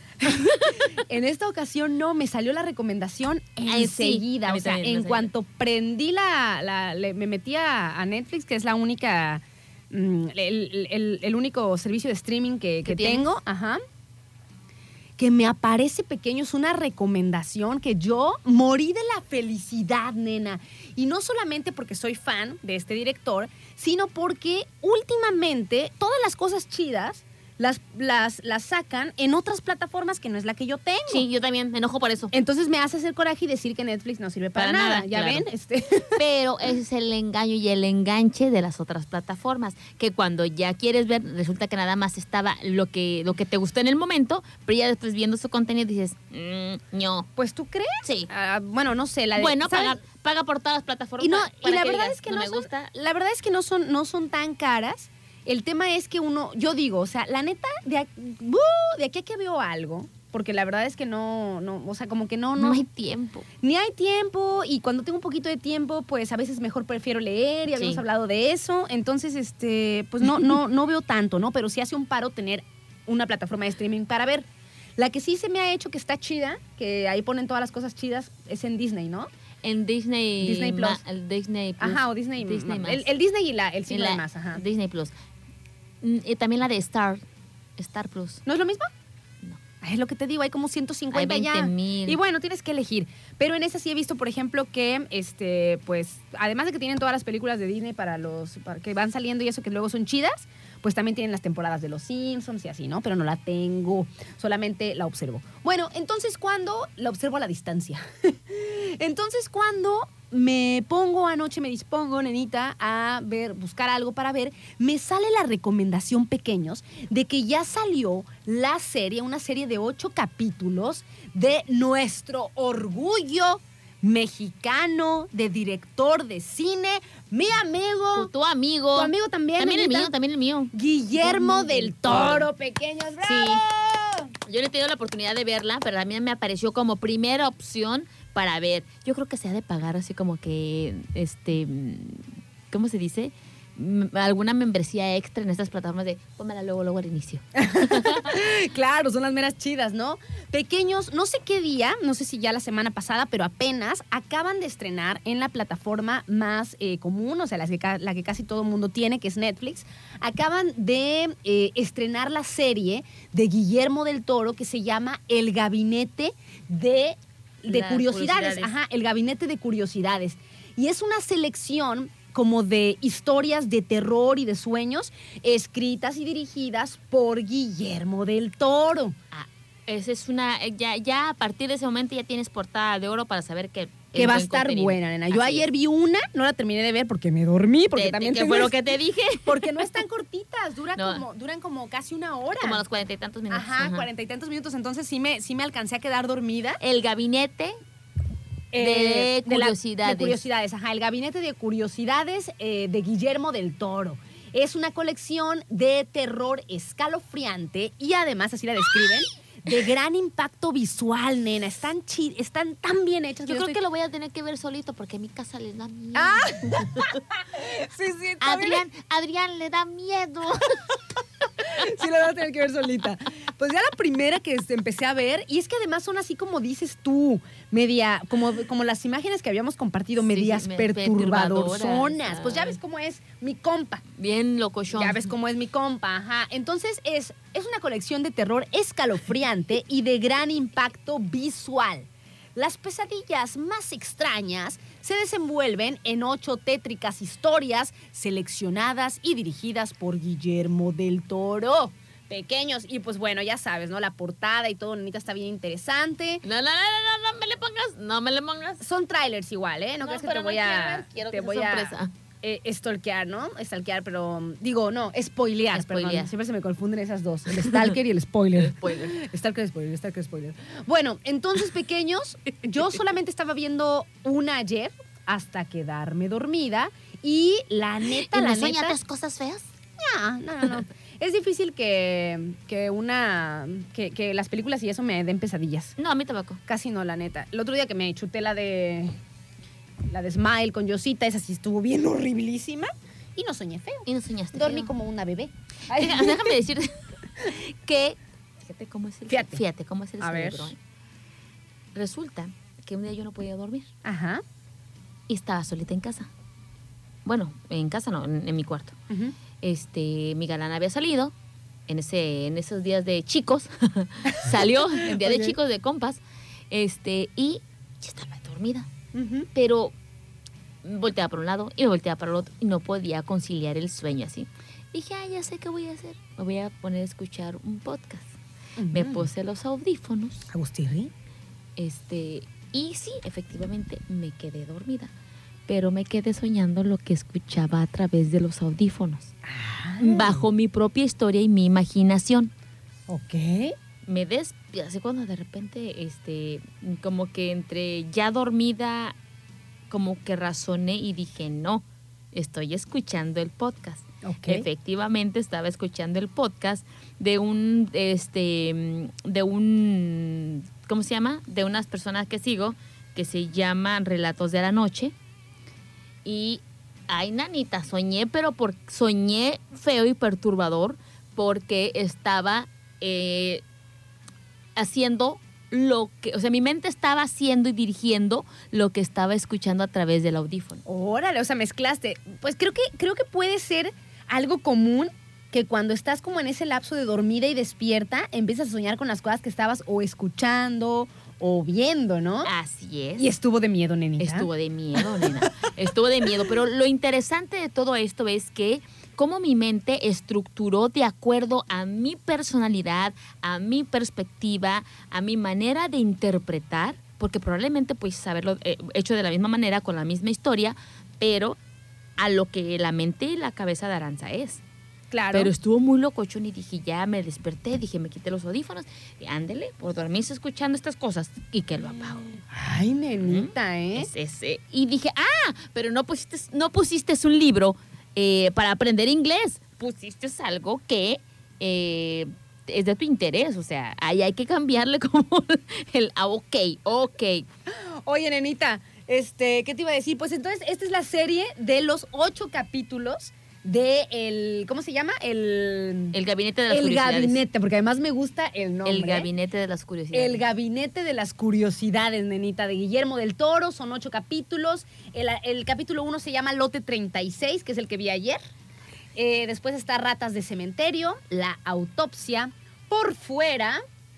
En esta ocasión no, me salió la recomendación Ay, sí, enseguida. a mí o sea, también me en salió. cuanto prendí la, la- le- me metí a, a Netflix, que es la única, mm, el, el- el único servicio de streaming que, que ¿Que tienes? tengo, ajá, que me aparece pequeño, es una recomendación que yo morí de la felicidad, nena. Y no solamente porque soy fan de este director, sino porque últimamente todas las cosas chidas las, las, las sacan en otras plataformas que no es la que yo tengo. Sí, yo también me enojo por eso. Entonces me hace hacer coraje y decir que Netflix no sirve para, Para nada. nada, ¿Ya claro. ven? Este, Pero ese es el engaño y el enganche de las otras plataformas, que cuando ya quieres ver, resulta que nada más estaba lo que, lo que te gustó en el momento, pero ya después viendo su contenido dices, mmm, no. pues tú crees. Sí. Ah, bueno, no sé. La de- Bueno, ¿sabes? paga, paga por todas las plataformas. Y, no, para- y para la que verdad digas, es que no, me son, gusta. la verdad es que no son, no son tan caras. El tema es que uno, yo digo, o sea, la neta, de, aquí, ¡uh! de aquí a que veo algo, porque la verdad es que no, no, o sea, como que no, no. No hay tiempo. Ni hay tiempo, y cuando tengo un poquito de tiempo, pues a veces mejor prefiero leer, y habíamos Sí. hablado de eso. Entonces, este, pues no, no, no veo tanto, ¿no? Pero sí hace un paro tener una plataforma de streaming para ver. La que sí se me ha hecho que está chida, que ahí ponen todas las cosas chidas, es en Disney, ¿no? En Disney, Disney Plus. Ma- el Disney Plus. Ajá, o Disney, Disney ma- más. El, el Disney y la, el En signo la- de más, ajá. Disney Plus. Mm, Y también la de Star, Star Plus. ¿No es lo mismo? No. Ay, es lo que te digo, hay como ciento cincuenta Hay ya. veinte mil. Y bueno, tienes que elegir. Pero en esa sí he visto, por ejemplo, que, este, pues, además de que tienen todas las películas de Disney para los para que van saliendo y eso que luego son chidas, pues también tienen las temporadas de Los Simpsons y así, ¿no? Pero no la tengo, solamente la observo. Bueno, entonces, ¿cuándo? La observo a la distancia. Entonces, cuando me pongo anoche, me dispongo, nenita, a ver, buscar algo para ver, me sale la recomendación, pequeños, de que ya salió la serie, una serie de ocho capítulos de nuestro orgullo mexicano de director de cine, mi Tu, amigo, tu amigo. tu amigo también, También el nenita, mío, también el mío. Guillermo del Toro, pequeños, ¡bravo! Yo no he tenido la oportunidad de verla, pero a mí me apareció como primera opción para ver. Yo creo que se ha de pagar así como que, este, ¿cómo se dice? M- Alguna membresía extra en estas plataformas de pónmela luego, luego al inicio. Claro, son las meras chidas, ¿no? Pequeños, no sé qué día, no sé si ya la semana pasada, pero apenas acaban de estrenar en la plataforma más eh, común, o sea, la que, ca- la que casi todo el mundo tiene, que es Netflix, acaban de eh, estrenar la serie de Guillermo del Toro que se llama El Gabinete de, de Las curiosidades. curiosidades. Ajá, El Gabinete de Curiosidades. Y es una selección como de historias de terror y de sueños escritas y dirigidas por Guillermo del Toro. Ah, esa es una, eh, ya, ya a partir de ese momento ya tienes portada de oro para saber que Que es va a buen estar contenido. buena, nena. Yo Así ayer es. vi una, no la terminé de ver porque me dormí, porque Te- también ¿Qué tengo fue lo es- que te dije? porque no están cortitas, dura No. como, duran como casi una hora. Como a los cuarenta y tantos minutos. Ajá, ajá. cuarenta y tantos minutos, entonces sí me, sí me alcancé a quedar dormida. El gabinete Eh, de la- curiosidades. de curiosidades, ajá. El Gabinete de Curiosidades eh, de Guillermo del Toro. Es una colección de terror escalofriante y además, así la describen, de gran impacto visual, nena. Están, chi- están tan bien hechas. Yo que creo estoy- que lo voy a tener que ver solito porque a mi casa le da miedo. ¡Ah! Sí, sí, está bien. Adrián, Adrián le da miedo. Sí, la vas a tener que ver solita. Pues ya la primera que este, empecé a ver, y es que además son así como dices tú, media, como, como las imágenes que habíamos compartido, Sí, medias sí, me- perturbadoras. perturbadoras, Pues ya ah. ves cómo es mi compa. Bien locochón. Ya ves cómo es mi compa, ajá. Entonces es, es una colección de terror escalofriante y de gran impacto visual. Las pesadillas más extrañas se desenvuelven en ocho tétricas historias seleccionadas y dirigidas por Guillermo del Toro. Pequeños, y pues bueno, ya sabes, ¿no? La portada y todo, nenita, está bien interesante. No, no, no, no, no, no me le pongas, no me le pongas. Son trailers igual, ¿eh? No, No, crees que pero te no voy quiero a... ver, quiero te que sea voy a sorpresa. eh, stalkear, ¿no? Stalkear, pero... um, digo, no, spoilear, Spoilear. perdón. Siempre se me confunden esas dos, el stalker y el spoiler. Spoiler. Stalker, spoiler, stalker, spoiler. Bueno, entonces, pequeños, yo solamente estaba viendo una ayer hasta quedarme dormida y la neta, ¿Y la no neta... soñaste cosas feas? No, no, no, no. Es difícil que, que una... Que, que las películas y eso me den pesadillas. No, a mí tampoco. Casi no, la neta. El otro día que me chuté la de... La de Smile con Yosita, esa sí estuvo bien horribilísima. Y no soñé feo. Y no soñaste Dormí feo. como una bebé. Ay. Deja- Déjame decir que... Fíjate cómo es el, Fíjate. fíjate cómo es el A ver. cerebro. ¿eh? Resulta que un día yo no podía dormir Ajá. y estaba solita en casa. Bueno, en casa no, en, en mi cuarto. Ujú. Este, mi galán había salido en ese, en esos días de chicos, salió en día Ok. de chicos de compas, este, y yo estaba dormida, Ujú. pero volteaba para un lado y me volteaba para el otro y no podía conciliar el sueño así. Dije, ah, ya sé qué voy a hacer, me voy a poner a escuchar un podcast. Me Ujú. puse los audífonos, Agustirri. este, y sí, efectivamente me quedé dormida, pero me quedé soñando lo que escuchaba a través de los audífonos. Bajo mi propia historia y mi imaginación. Ok. Me despierto, así cuando de repente, este, como que entre ya dormida, como que razoné y dije, no, estoy escuchando el podcast. Ok. Efectivamente, estaba escuchando el podcast de un, este, de un, ¿cómo se llama? De unas personas que sigo, que se llaman Relatos de la Noche. Y, ay, nanita, soñé, pero por, soñé feo y perturbador porque estaba eh, haciendo lo que, o sea, mi mente estaba haciendo y dirigiendo lo que estaba escuchando a través del audífono. Órale, o sea, mezclaste. Pues creo que, creo que puede ser algo común que cuando estás como en ese lapso de dormida y despierta, empiezas a soñar con las cosas que estabas o escuchando o viendo, ¿no? Así es. Y estuvo de miedo, nenita. Estuvo de miedo, nena. Estuvo de miedo. Pero lo interesante de todo esto es que cómo mi mente estructuró de acuerdo a mi personalidad, a mi perspectiva, a mi manera de interpretar, porque probablemente pues haberlo eh, hecho de la misma manera, con la misma historia, pero a lo que la mente y la cabeza de Aranza es. Claro. Pero estuvo muy locochón y dije, ya me desperté, dije, me quité los audífonos, y ándele, por dormirse escuchando estas cosas, y que lo apago. Ay, nenita, ¿eh? Es ese. Y dije, ah, pero no pusiste, no pusiste un libro eh, para aprender inglés. Pusiste algo que eh, es de tu interés. O sea, ahí hay que cambiarle como el, ah, ok, ok. Oye, nenita, este, ¿qué te iba a decir? Pues entonces, esta es la serie de los ocho capítulos de el, ¿cómo se llama? El, El gabinete de las el curiosidades. gabinete, porque además me gusta el nombre. El gabinete de las curiosidades. El gabinete de las curiosidades, nenita, de Guillermo del Toro. Son ocho capítulos. El, el capítulo uno se llama Lote treinta y seis, que es el que vi ayer. Eh, después está Ratas de Cementerio, La Autopsia, Por Fuera,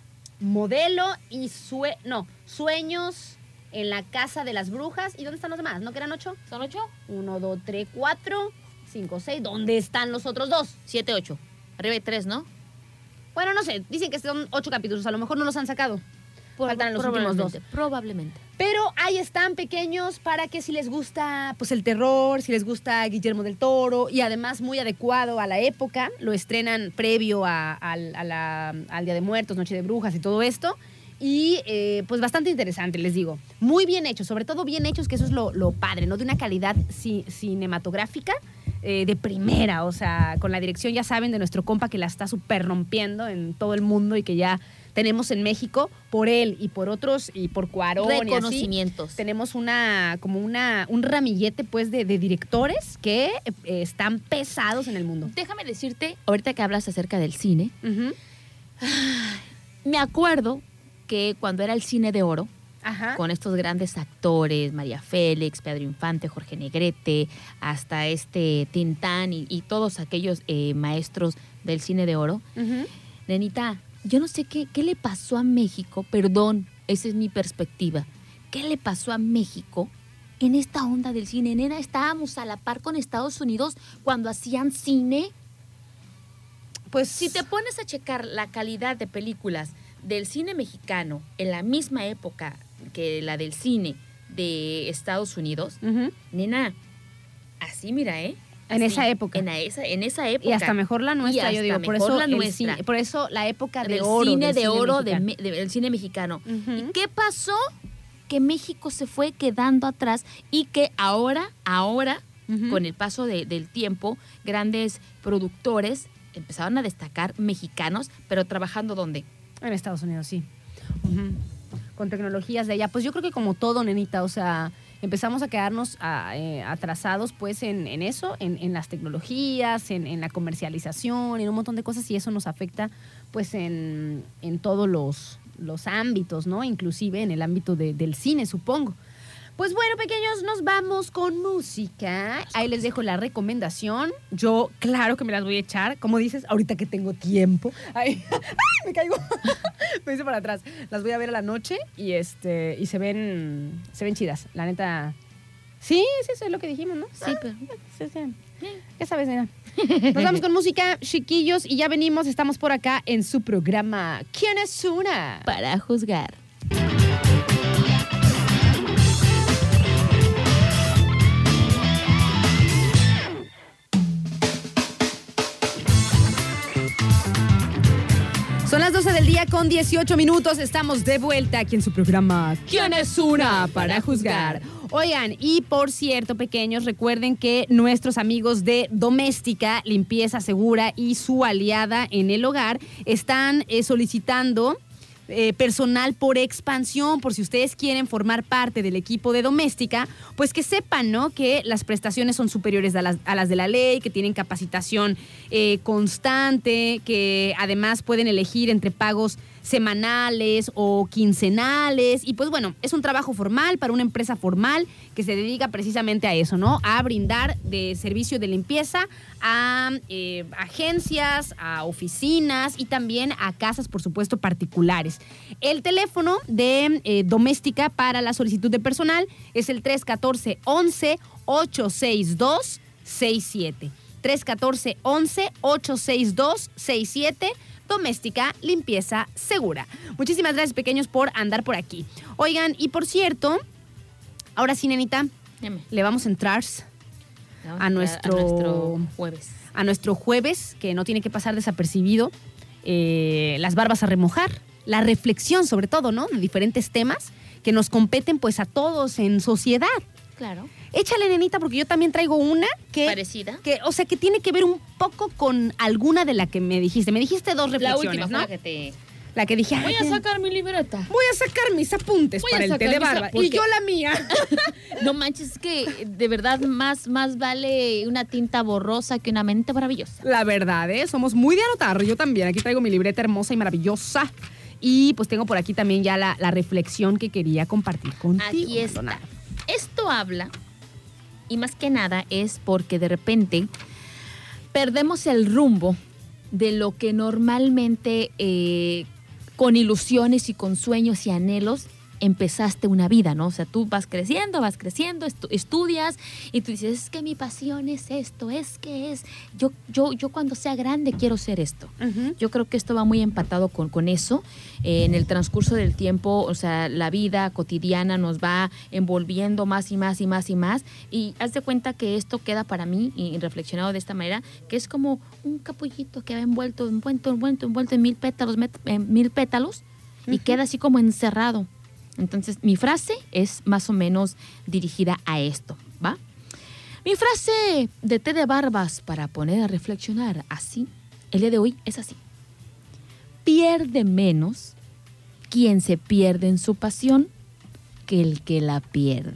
Modelo y sue no, Sueños en la Casa de las Brujas. ¿Y dónde están los demás? ¿No que eran ocho? ¿Son ocho? Uno, dos, tres, cuatro, cinco, seis. ¿Dónde están los otros dos? Siete, ocho. Arriba hay tres, ¿no? Bueno, no sé. Dicen que son ocho capítulos. A lo mejor no los han sacado. Por- Faltan los últimos dos. probablemente, Probablemente. Pero ahí están, pequeños, para que si les gusta pues el terror, si les gusta Guillermo del Toro, y además muy adecuado a la época, lo estrenan previo a, a- a la- al Día de Muertos, Noche de Brujas y todo esto. Y eh, pues bastante interesante, les digo. Muy bien hechos, sobre todo bien hechos, que eso es lo, lo padre, ¿no? De una calidad ci- cinematográfica eh, de primera, o sea, con la dirección, ya saben, de nuestro compa que la está súper rompiendo en todo el mundo y que ya tenemos en México por él y por otros y por Cuarón y así. Reconocimientos. Tenemos una, como una, un ramillete pues de, de directores que eh, están pesados en el mundo. Déjame decirte, ahorita que hablas acerca del cine, Ujú. me acuerdo que cuando era el cine de oro, Ajá. con estos grandes actores, María Félix, Pedro Infante, Jorge Negrete, hasta este Tintán y, y todos aquellos eh, maestros del cine de oro. Ujú. Nenita, yo no sé qué, qué le pasó a México, perdón, esa es mi perspectiva. ¿Qué le pasó a México en esta onda del cine? Nena, estábamos a la par con Estados Unidos cuando hacían cine. Pues Si te pones a checar la calidad de películas del cine mexicano en la misma época que la del cine de Estados Unidos, Ujú. nena, así mira, ¿eh? En Así, esa época. En esa, en esa época. Y hasta mejor la nuestra, Y yo hasta digo. Por mejor eso, la el nuestra. cine- por eso la época de del oro. cine del de oro de mexicano. me- de- del cine mexicano. Ujú. ¿Y qué pasó? Que México se fue quedando atrás y que ahora, ahora, Ujú. con el paso de- del tiempo, grandes productores empezaron a destacar mexicanos, pero trabajando ¿dónde? En Estados Unidos, sí. Ujú. Con tecnologías de allá. Pues yo creo que como todo, nenita, o sea, empezamos a quedarnos a- eh, atrasados pues en, en eso, en, en las tecnologías, en, en la comercialización, en un montón de cosas, y eso nos afecta pues en, en todos los, los ámbitos, ¿no? Inclusive en el ámbito de- del cine, supongo. Pues bueno, pequeños, nos vamos con música. Ahí les dejo la recomendación. Yo, claro que me las voy a echar. Como dices, ahorita que tengo tiempo. Ay, ¡ay! Me caigo. Me hice para atrás. Las voy a ver a la noche y este y se ven se ven chidas. La neta. Sí, sí, eso es lo que dijimos, ¿no? Sí, pero... Sí, sí. Ya sabes, nena. Nos vamos con música, chiquillos, y ya venimos. Estamos por acá en su programa ¿Quién es una? Para juzgar. Son las doce del día con dieciocho minutos. Estamos de vuelta aquí en su programa ¿Quién es una? Para juzgar. Oigan, y por cierto, pequeños, recuerden que nuestros amigos de Doméstica, Limpieza Segura y su aliada en el hogar están eh, solicitando eh, personal por expansión, por si ustedes quieren formar parte del equipo de Doméstica, pues que sepan, ¿no?, que las prestaciones son superiores a las, a las de la ley, que tienen capacitación eh, constante, que además pueden elegir entre pagos semanales o quincenales, y pues bueno, es un trabajo formal para una empresa formal que se dedica precisamente a eso, ¿no? A brindar de servicio de limpieza a eh, agencias, a oficinas y también a casas, por supuesto, particulares. El teléfono de eh, Doméstica para la solicitud de personal es el tres uno cuatro, once, ocho seis dos, seis siete. tres uno cuatro, once, ocho seis dos, seis siete. Doméstica, limpieza segura. Muchísimas gracias, pequeños, por andar por aquí. Oigan, y por cierto, ahora sí, nenita, Dime. le vamos a entrar Vamos a nuestro, a nuestro jueves. a nuestro jueves, que no tiene que pasar desapercibido, eh, las barbas a remojar, la reflexión sobre todo, ¿no?, de diferentes temas que nos competen pues a todos en sociedad. Claro. Échale, nenita, porque yo también traigo una que... ¿Parecida? Que, o sea, que tiene que ver un poco con alguna de la que me dijiste. Me dijiste dos La reflexiones, última ¿no? fue la que te... La que dije... Voy ay, a sacar mi libreta. Voy a sacar mis apuntes Voy a para el té sacar de mis barba. ap- porque- Y yo la mía. No manches, es que de verdad más, más vale una tinta borrosa que una mente maravillosa. La verdad, ¿eh? Somos muy de anotar. Yo también. Aquí traigo mi libreta hermosa y maravillosa. Y pues tengo por aquí también ya la, la reflexión que quería compartir contigo. Aquí está. Maldonado. Esto habla, y más que nada es porque de repente perdemos el rumbo de lo que normalmente eh, con ilusiones y con sueños y anhelos empezaste una vida, ¿no? O sea, tú vas creciendo, vas creciendo, estu- estudias y tú dices, es que mi pasión es esto, es que es, yo, yo, yo cuando sea grande quiero ser esto. Uh-huh. Yo creo que esto va muy empatado con, con eso. Eh, en el transcurso del tiempo, o sea, la vida cotidiana nos va envolviendo más y más y más y más. Y haz de cuenta que esto queda para mí, y reflexionado de esta manera, que es como un capullito que va envuelto, envuelto, envuelto, envuelto en mil pétalos, met- en mil pétalos, y queda así como encerrado. Entonces, mi frase es más o menos dirigida a esto, ¿va? Mi frase de té de barbas para poner a reflexionar así, el día de hoy es así. Pierde menos quien se pierde en su pasión que el que la pierde.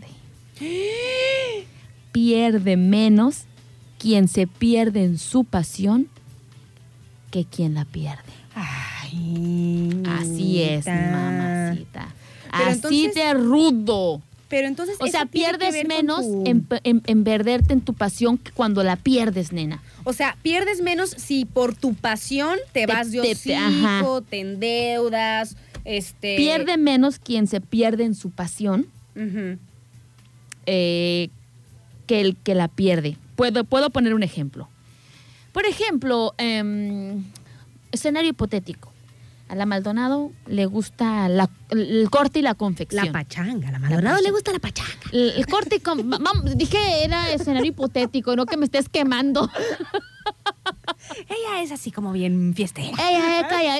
Pierde menos quien se pierde en su pasión que quien la pierde. Ay, Así es, mamacita. mamacita. Pero Así entonces- de rudo. Pero entonces O eso sea, tiene que pierdes ver con menos tu- en, en, en perderte en tu pasión que cuando la pierdes, nena. O sea, pierdes menos si por tu pasión te, Te- vas de te- te- ajá. hocico, te endeudas, este... Pierde menos quien se pierde en su pasión Ujú. eh, que el que la pierde. Puedo, puedo poner un ejemplo. Por ejemplo, em, escenario hipotético. A la Maldonado le gusta la- el corte y la confección. La pachanga, la Maldonado le gusta la pachanga. El, el corte y con- vam- dije era escenario hipotético, no que me estés quemando. Ella es así como bien fiestera. Ey, ey, calla.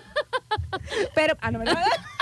Pero, ah, no me lo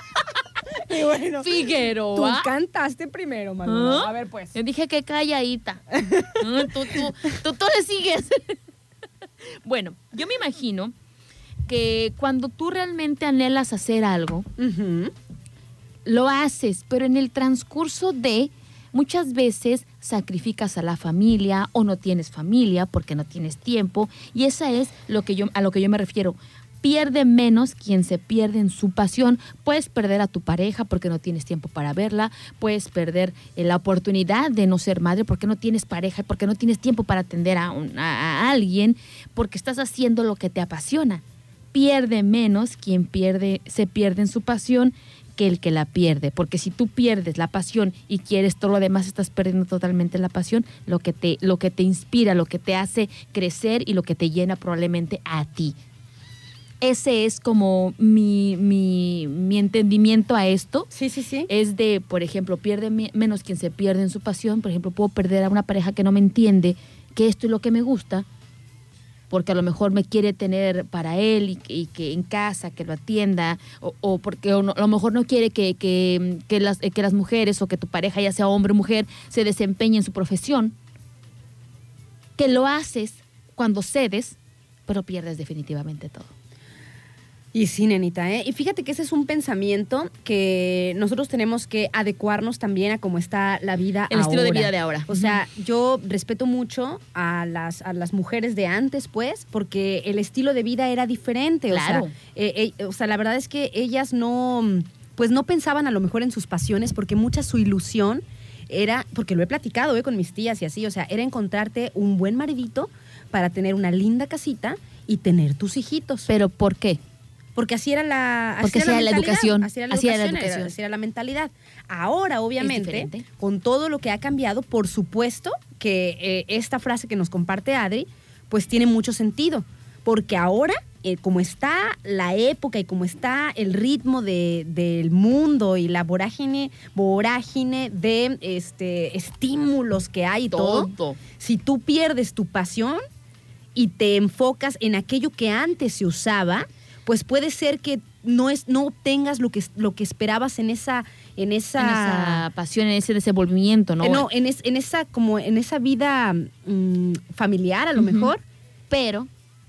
Y bueno, tú Figueroa. cantaste primero, Maldonado. ¿Ah? A ver, pues. Yo dije que calladita. Ah, tú, tú, tú, tú le sigues. Bueno, yo me imagino que cuando tú realmente anhelas hacer algo, Ujú. lo haces, pero en el transcurso de muchas veces sacrificas a la familia o no tienes familia porque no tienes tiempo, y esa es lo que yo, a lo que yo me refiero. Pierde menos quien se pierde en su pasión. Puedes perder a tu pareja porque no tienes tiempo para verla, puedes perder eh, la oportunidad de no ser madre porque no tienes pareja, porque no tienes tiempo para atender a, un- a- a alguien, porque estás haciendo lo que te apasiona. Pierde menos quien pierde, se pierde en su pasión que el que la pierde, porque si tú pierdes la pasión y quieres todo lo demás, estás perdiendo totalmente la pasión, lo que te, lo que te inspira, lo que te hace crecer y lo que te llena probablemente a ti. Ese es como mi, mi, mi entendimiento a esto. Sí, sí, sí. Es de, por ejemplo, pierde me- menos quien se pierde en su pasión. Por ejemplo, puedo perder a una pareja que no me entiende, que esto es lo que me gusta, porque a lo mejor me quiere tener para él y, y que en casa, que lo atienda, o, o porque o no, a lo mejor no quiere que, que, que, las, que las mujeres o que tu pareja, ya sea hombre o mujer, se desempeñe en su profesión, que lo haces cuando cedes, pero pierdes definitivamente todo. Y sí, nenita, ¿eh? Y fíjate que ese es un pensamiento que nosotros tenemos que adecuarnos también a cómo está la vida El ahora. estilo de vida de ahora. O sea, yo respeto mucho a las, a las mujeres de antes, pues, porque el estilo de vida era diferente. Claro. O sea, eh, eh, o sea, la verdad es que ellas no, pues no pensaban a lo mejor en sus pasiones, porque mucha su ilusión era, porque lo he platicado ¿eh? con mis tías y así, o sea, era encontrarte un buen maridito para tener una linda casita y tener tus hijitos. ¿Pero por qué? Porque así era la, así Porque era así la, era la educación. Así era la Así era la educación, era- educación. así era la mentalidad. Ahora, obviamente, diferente. con todo lo que ha cambiado, por supuesto que eh, esta frase que nos comparte Adri, pues tiene mucho sentido. Porque ahora, eh, como está la época y como está el ritmo de, del mundo y la vorágine, vorágine de este, estímulos que hay y todo, Todo. si tú pierdes tu pasión y te enfocas en aquello que antes se usaba, pues puede ser que no es no obtengas lo que lo que esperabas en esa en esa, En esa pasión, en ese desenvolvimiento, ¿no? eh, no, en, es- en esa como en esa vida mm, familiar a lo Ujú. mejor, Pero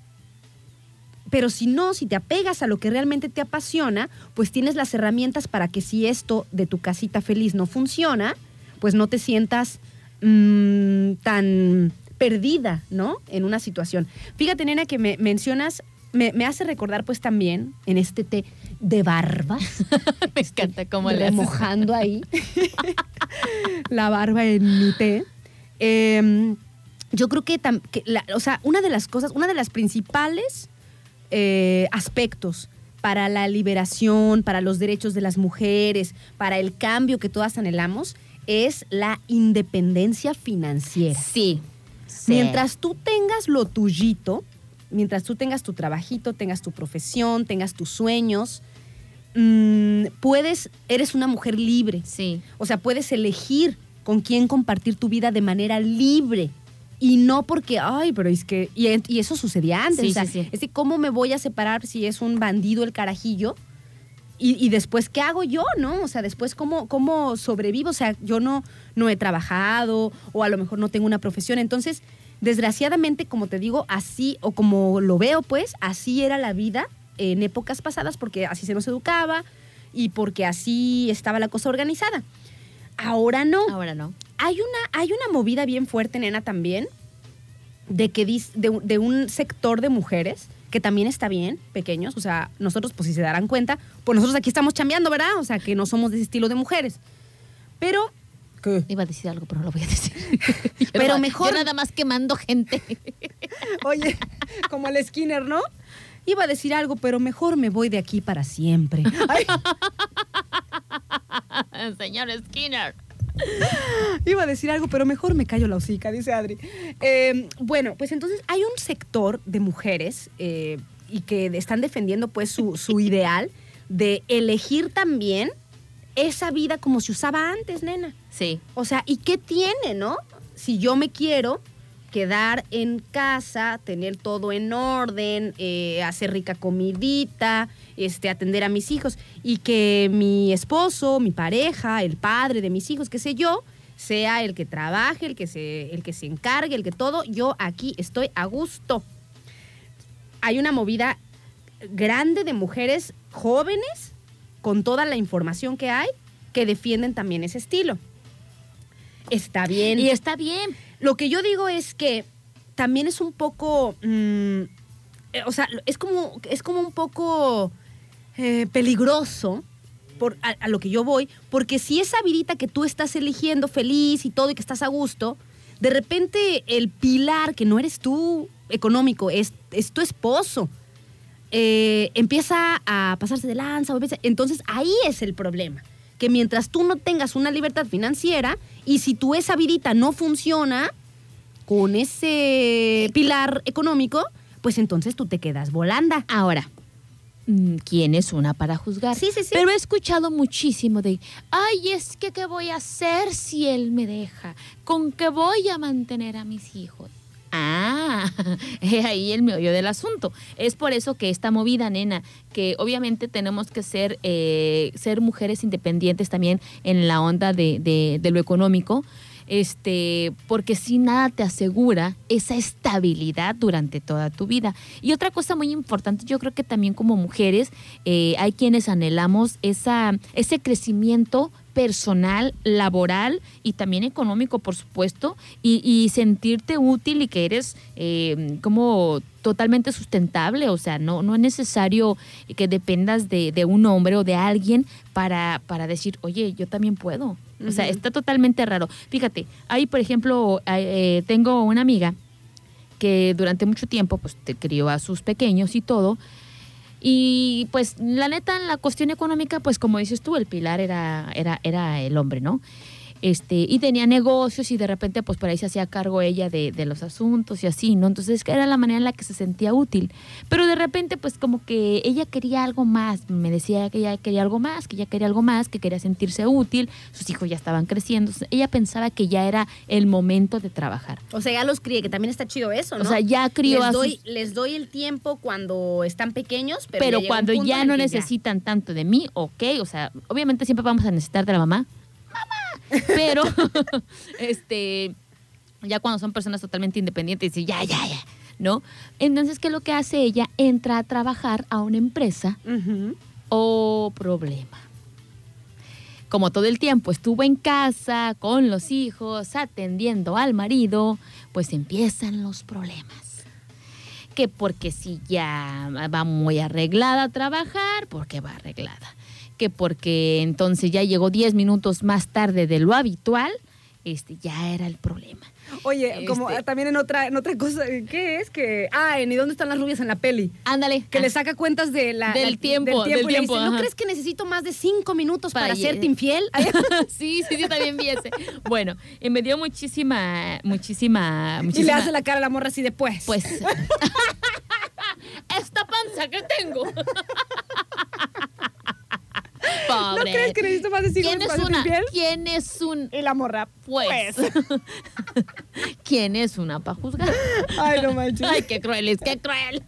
pero si no, si te apegas a lo que realmente te apasiona, pues tienes las herramientas para que si esto de tu casita feliz no funciona, pues no te sientas mm, tan perdida, ¿no? En una situación. Fíjate, nena, que me mencionas, me, me hace recordar pues también en este té de barbas, me encanta cómo le haces. remojando ahí la barba en mi té. Eh, yo creo que, tam- que la- o sea, una de las cosas, una de las principales eh, aspectos para la liberación, para los derechos de las mujeres, para el cambio que todas anhelamos, es la independencia financiera. Sí. sí. Mientras tú tengas lo tuyito, mientras tú tengas tu trabajito, tengas tu profesión, tengas tus sueños, mmm, puedes, eres una mujer libre. Sí. O sea, puedes elegir con quién compartir tu vida de manera libre. Y no porque, ay, pero es que... Y, y eso sucedía antes. Sí, o sea, sí, sí. es que ¿cómo me voy a separar si es un bandido el carajillo? Y, y después, ¿qué hago yo, no? O sea, después, ¿cómo, cómo sobrevivo? O sea, yo no, no he trabajado o a lo mejor no tengo una profesión. Entonces, desgraciadamente, como te digo, así, o como lo veo, pues, así era la vida en épocas pasadas porque así se nos educaba y porque así estaba la cosa organizada. Ahora no. Ahora no. Hay una, hay una movida bien fuerte, nena, también, de que dis- de, un- de un sector de mujeres que también está bien, pequeños, o sea, nosotros, pues si se darán cuenta, pues nosotros aquí estamos chambeando, ¿verdad? O sea, que no somos de ese estilo de mujeres. Pero, ¿qué? Iba a decir algo, pero no lo voy a decir. Yo Pero nada- mejor- Yo nada más quemando gente. Oye, como el Skinner, ¿no? Iba a decir algo, pero mejor me voy de aquí para siempre. Ay, Señor Skinner. iba a decir algo, pero mejor me callo la hocica, dice Adri. Eh, bueno, pues entonces hay un sector de mujeres eh, y que están defendiendo pues su, su ideal de elegir también esa vida como se usaba antes, nena. Sí. O sea, ¿y qué tiene, no? Si yo me quiero quedar en casa, tener todo en orden, eh, hacer rica comidita, este, atender a mis hijos y que mi esposo, mi pareja, el padre de mis hijos, qué sé yo, sea el que trabaje, el que se, el que se encargue, el que todo, yo aquí estoy a gusto. Hay una movida grande de mujeres jóvenes con toda la información que hay que defienden también ese estilo. Está bien. Y está bien. Lo que yo digo es que también es un poco, mm, eh, o sea, es como, es como un poco eh, peligroso por, a, a lo que yo voy, porque si esa vidita que tú estás eligiendo feliz y todo y que estás a gusto, de repente el pilar que no eres tú económico, es, es tu esposo, eh, empieza a pasarse de lanza, o empieza- entonces ahí es el problema. Que mientras tú no tengas una libertad financiera y si tu esa vidita no funciona con ese pilar económico, pues entonces tú te quedas volanda. Ahora, mm, ¿quién es una para juzgar? Sí, sí, sí. Pero he escuchado muchísimo de, ay, es que ¿qué voy a hacer si él me deja? ¿Con qué voy a mantener a mis hijos? Ah, es ahí el meollo del asunto. Es por eso que esta movida, nena, que obviamente tenemos que ser, eh, ser mujeres independientes también en la onda de, de, de lo económico, este, porque si nada te asegura esa estabilidad durante toda tu vida. Y otra cosa muy importante, yo creo que también como mujeres eh, hay quienes anhelamos esa, ese crecimiento personal, laboral y también económico, por supuesto, y, y sentirte útil y que eres eh, como totalmente sustentable. O sea, no, no es necesario que dependas de, de un hombre o de alguien para, para decir, oye, yo también puedo. O sea, está totalmente raro. Fíjate, ahí, por ejemplo, eh, tengo una amiga que durante mucho tiempo pues te crió a sus pequeños y todo. Y pues la neta, en la cuestión económica, pues como dices tú, el pilar era, era, era el hombre, ¿no? Este, y tenía negocios y de repente pues por ahí se hacía cargo ella de, de los asuntos y así, ¿no? Entonces era la manera en la que se sentía útil. Pero de repente pues como que ella quería algo más, me decía que ella quería algo más, que ella quería algo más, que quería sentirse útil, sus hijos ya estaban creciendo, entonces, ella pensaba que ya era el momento de trabajar. O sea, ya los crié, que también está chido eso, ¿no? O sea, ya crió les a doy, sus... les doy el tiempo cuando están pequeños, pero, pero ya cuando llega un punto ya en no el que necesitan tanto de mí, ok, o sea, obviamente siempre vamos a necesitar de la mamá, pero este ya cuando son personas totalmente independientes dice ya, ya, ya, ¿no? Entonces, ¿qué es lo que hace ella? Entra a trabajar a una empresa. Uh-huh. Oh, problema. Como todo el tiempo estuvo en casa con los hijos, atendiendo al marido, pues empiezan los problemas. Que porque si ya va muy arreglada a trabajar, porque va arreglada. Que porque entonces ya llegó diez minutos más tarde de lo habitual, este ya era el problema. Oye, Este- como ah, también en otra, en otra cosa, ¿qué es? Que, ah, en ¿Y dónde están las rubias en la peli? Ándale. Que Ah, le saca cuentas de la, Del la- tiempo, del y le tiempo, dice, ¿no ajá. crees que necesito más de cinco minutos para, Para lle- serte infiel? sí, sí, sí, también vi ese. Bueno, y me dio muchísima, muchísima, Y le muchísima... hace la cara a la morra así de pues. Pues... esta panza que tengo. ¿No Pobre. crees que necesito más de cinco ¿Quién minutos es para una? serte infiel? ¿Quién es un...? Y la morra, Pues. pues. ¿Quién es una para juzgar? Ay, no manches. Ay, qué cruel es, qué cruel.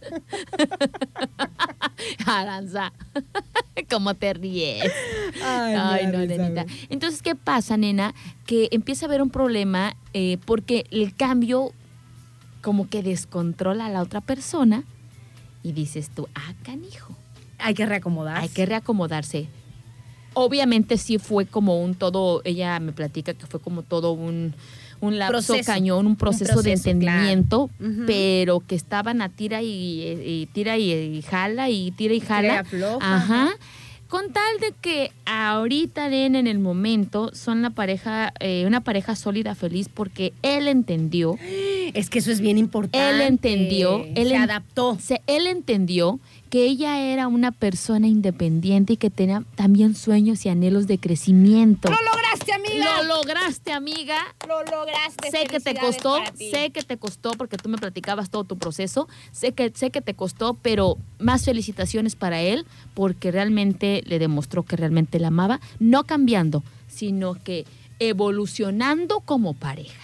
Aranza, ¿cómo te ríes? Ay, Ay, me da no, risa, nenita. güey. Entonces, ¿qué pasa, nena? Que empieza a haber un problema eh, porque el cambio como que descontrola a la otra persona y dices tú, ah, canijo, Hay que reacomodar. hay que reacomodarse. Obviamente sí fue como un todo, ella me platica que fue como todo un, un lapso Proceso. cañón, un proceso, Un de proceso, entendimiento, claro. Ujú. pero que estaban a tira y, y tira y, y jala y tira y jala. Tira y afloja, Ajá. ajá. Con tal de que ahorita, nena, en el momento, son la pareja, eh, una pareja sólida, feliz, porque él entendió, Es que eso es bien importante. él entendió, él Se en- adaptó. se- él entendió que ella era una persona independiente y que tenía también sueños y anhelos de crecimiento. ¡Lo lograste, amiga! Lo lograste, amiga. Lo lograste. Sé que te Felicidades costó, para ti. sé que te costó porque tú me platicabas todo tu proceso. Sé que, sé que te costó, pero más felicitaciones para él porque realmente le demostró que realmente la amaba, no cambiando, sino que evolucionando como pareja.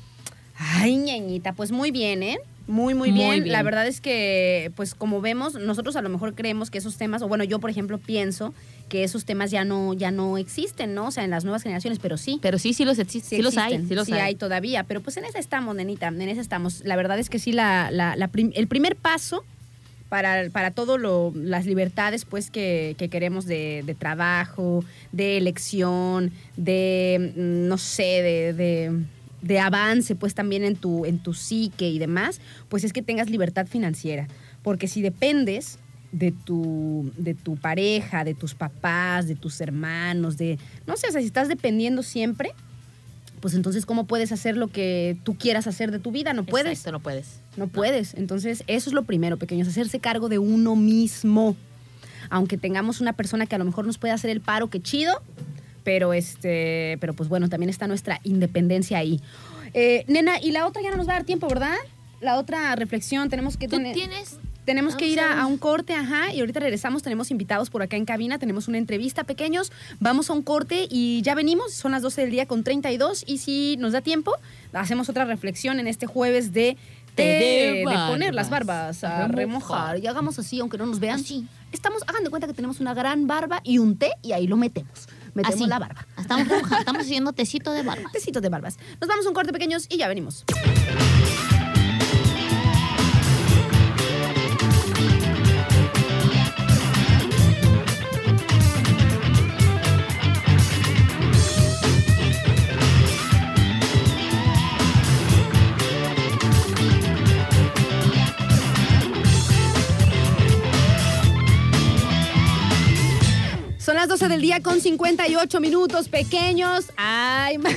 Ay, ñañita, pues muy bien, ¿eh? Muy, muy Muy bien. bien. La verdad es que, pues como vemos, nosotros a lo mejor creemos que esos temas, o bueno, yo por ejemplo pienso que esos temas ya no, ya no existen, ¿no? O sea, en las nuevas generaciones, pero sí. Pero sí, sí los existe, sí, los hay, existen, sí los sí hay. hay todavía, pero pues en esa estamos, nenita, en esa estamos. La verdad es que sí, la, la, la prim- el primer paso para, para todo lo, las libertades pues que, que queremos de, de trabajo, de elección, de, mm, no sé, de... de de avance pues también en tu, en tu psique y demás, pues es que tengas libertad financiera. Porque si dependes de tu, de tu pareja, de tus papás, de tus hermanos, de, no sé, o sea, si estás dependiendo siempre, pues entonces ¿cómo puedes hacer lo que tú quieras hacer de tu vida? No puedes. Exacto, no puedes. No puedes. Entonces, eso es lo primero, pequeños, hacerse cargo de uno mismo. Aunque tengamos una persona que a lo mejor nos puede hacer el paro, que chido, pero este, pero pues bueno, también está nuestra independencia ahí. Eh, nena, y la otra ya no nos va a dar tiempo, ¿verdad? La otra reflexión, tenemos que ¿Tú tener... tienes? Tenemos que Vamos ir a ver. a, a un corte, ajá, y ahorita regresamos, tenemos invitados por acá en cabina, tenemos una entrevista, pequeños, vamos a un corte y ya venimos, son las doce del día con treinta y dos, y si nos da tiempo, hacemos otra reflexión en este jueves de té de de, barbas. poner las barbas a A remojar. remojar. Y hagamos así, aunque no nos vean. Así. Estamos, hagan de cuenta que tenemos una gran barba y un té y ahí lo metemos. Metemos Así. la barba. Estamos, remojando, estamos haciendo tecito de barba. Tecito de barbas. Nos damos un corte, pequeños, y ya venimos. Son las doce del día con cincuenta y ocho minutos, pequeños. Ay, ma-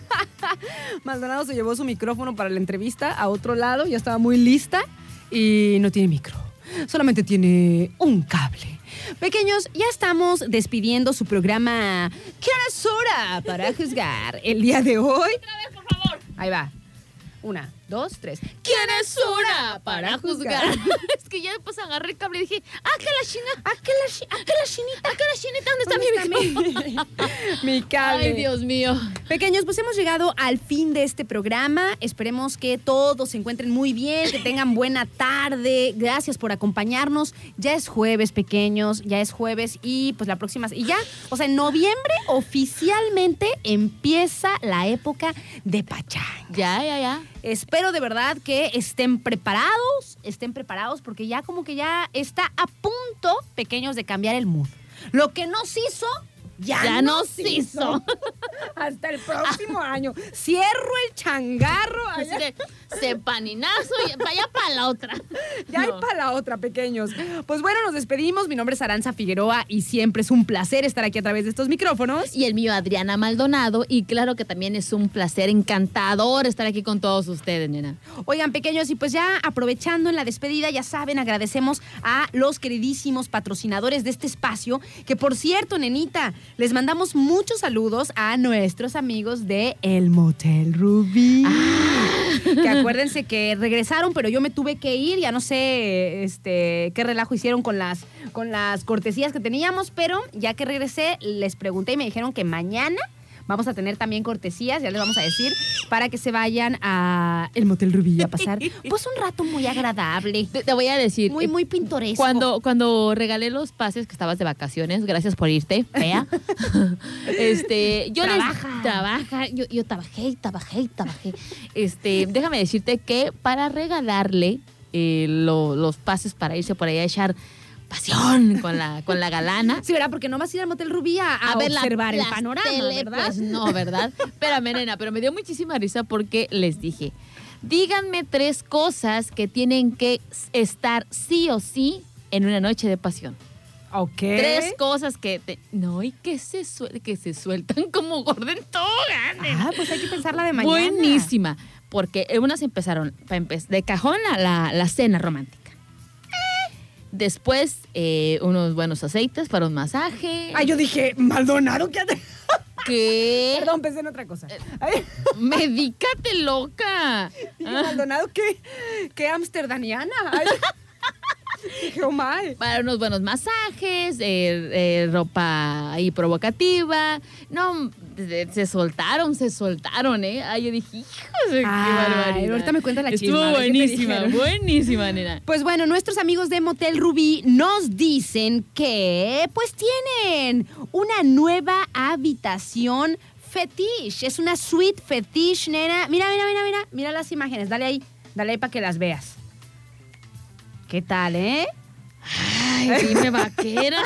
Maldonado se llevó su micrófono para la entrevista a otro lado, ya estaba muy lista y no tiene micro. Solamente tiene un cable. Pequeños, ya estamos despidiendo su programa ¿Qué es hora para juzgar? El día de hoy. Otra vez, por favor. Ahí va. Una, dos, tres. ¿Quién es una para juzgar? Es que ya después agarré el cable y dije, ¡ah, que la china! ¿A qué la, chi- a qué la chinita? ¡Ah, que la chinita! ¿Dónde está mi micrófono? mi, mi cable? Ay, Dios mío. Pequeños, pues hemos llegado al fin de este programa. Esperemos que todos se encuentren muy bien, que tengan buena tarde. Gracias por acompañarnos. Ya es jueves, pequeños, ya es jueves y pues la próxima... Y ya, o sea, en noviembre oficialmente empieza la época de pachanga. Ya, ya, ya. Espero de verdad que estén preparados, estén preparados porque ya como que ya está a punto, pequeños, de cambiar el mood. Lo que nos hizo, ya, Ya nos nos hizo. Hasta el próximo año. Cierro el changarro. Así allá. de sepaninazo y vaya para la otra. Ya hay No. para la otra, pequeños. Pues bueno, nos despedimos. Mi nombre es Aranza Figueroa y siempre es un placer estar aquí a través de estos micrófonos. Y el mío, Adriana Maldonado. Y claro que también es un placer encantador estar aquí con todos ustedes, nena. Oigan, pequeños, y pues ya aprovechando en la despedida, ya saben, agradecemos a los queridísimos patrocinadores de este espacio, que por cierto, nenita, les mandamos muchos saludos a nuestros amigos de El Motel Rubí. Que acuérdense que regresaron, pero yo me tuve que ir, ya no sé este, qué relajo hicieron con las, con las cortesías que teníamos, pero ya que regresé, les pregunté y me dijeron que mañana vamos a tener también cortesías, ya les vamos a decir, para que se vayan a el Motel Rubí a pasar pues un rato muy agradable. Te, te voy a decir. Muy, eh, muy pintoresco. Cuando, cuando regalé los pases que estabas de vacaciones, gracias por irte, fea. este, yo les- Trabaja. trabaja, yo, yo trabajé y trabajé y trabajé. Este, déjame decirte que para regalarle eh, lo- los pases para irse por ahí a echar pasión con la, con la galana. Sí, ¿verdad? Porque no vas a ir al Motel Rubí a, a ver la- observar el las panorama, tele, ¿verdad? Pues no, ¿verdad? Espérame, nena, pero me dio muchísima risa porque les dije, díganme tres cosas que tienen que estar sí o sí en una noche de pasión. Ok. Tres cosas que te, no, y que se suel- que se sueltan como gorda en tobogán, nena. Ah, pues hay que pensarla de mañana. Buenísima, porque unas empezaron para empe- de cajón la, la, la cena romántica. Después, eh, unos buenos aceites para un masaje. Ah, yo dije, Maldonado, ¿qué hace? ¿Qué? Perdón, pensé en otra cosa. Eh. Ay, Medícate, loca. dije, Maldonado, ¿qué? ¿Qué amsterdaniana? Ay, dije, oh my. Para unos buenos masajes, eh, eh, ropa ahí provocativa. No, de- se soltaron, se soltaron, ¿eh? Ay, yo dije, hijo de qué Ay, barbaridad. ahorita me cuenta la Estuvo chisma, a ver qué te buenísima, dijeron. buenísima, nena. Pues bueno, nuestros amigos de Motel Rubí nos dicen que pues tienen una nueva habitación fetiche. Es una suite fetiche, nena. Mira, mira, mira, mira. Mira las imágenes. Dale ahí. Dale ahí para que las veas. ¿Qué tal, eh? Ay, dime, vaquera.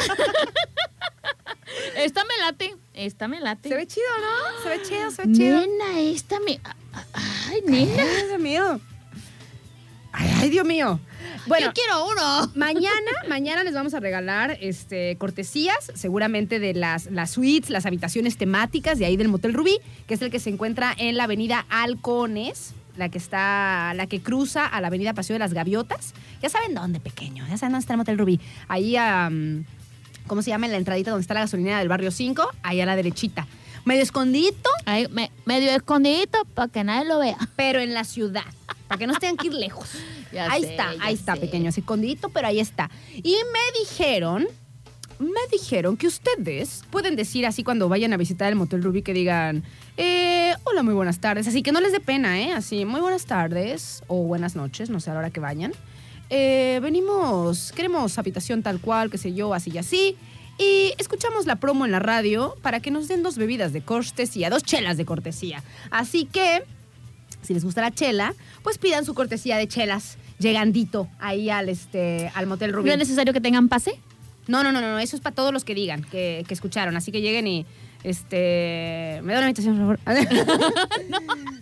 Esta me late, esta me late. Se ve chido, ¿no? Se ve chido, se ve chido. Nena, esta me... Ay, nena. Ay, Dios mío. Ay, ay, Dios mío. Bueno, Yo quiero uno. Mañana, mañana les vamos a regalar este, cortesías, seguramente de las, las suites, las habitaciones temáticas de ahí del Motel Rubí, que es el que se encuentra en la avenida Halcones, la que está, la que cruza a la avenida Paseo de las Gaviotas. Ya saben dónde, pequeño, ya saben dónde está el Motel Rubí. Ahí, um, ¿cómo se llama? En la entradita donde está la gasolinera del barrio cinco, ahí a la derechita. Medio escondidito, Ay, me- medio escondidito para que nadie lo vea. pero en la ciudad, para que no tengan que ir lejos. Ya ahí sé, está, ya ahí está, sé. pequeño, escondidito, pero ahí está. Y me dijeron me dijeron que ustedes pueden decir así cuando vayan a visitar el Motel Rubí que digan, eh, hola, muy buenas tardes. Así que no les dé pena, ¿eh? Así, muy buenas tardes o buenas noches, no sé a la hora que vayan. Eh, venimos, queremos habitación tal cual, qué sé yo, así y así. Y escuchamos la promo en la radio para que nos den dos bebidas de cortesía, dos chelas de cortesía. Así que, si les gusta la chela, pues pidan su cortesía de chelas llegandito ahí al, este, al Motel Rubí. ¿No es necesario que tengan pase? No, no, no, no, eso es para todos los que digan, que, que escucharon. Así que lleguen y, este, me da una invitación, por favor. no.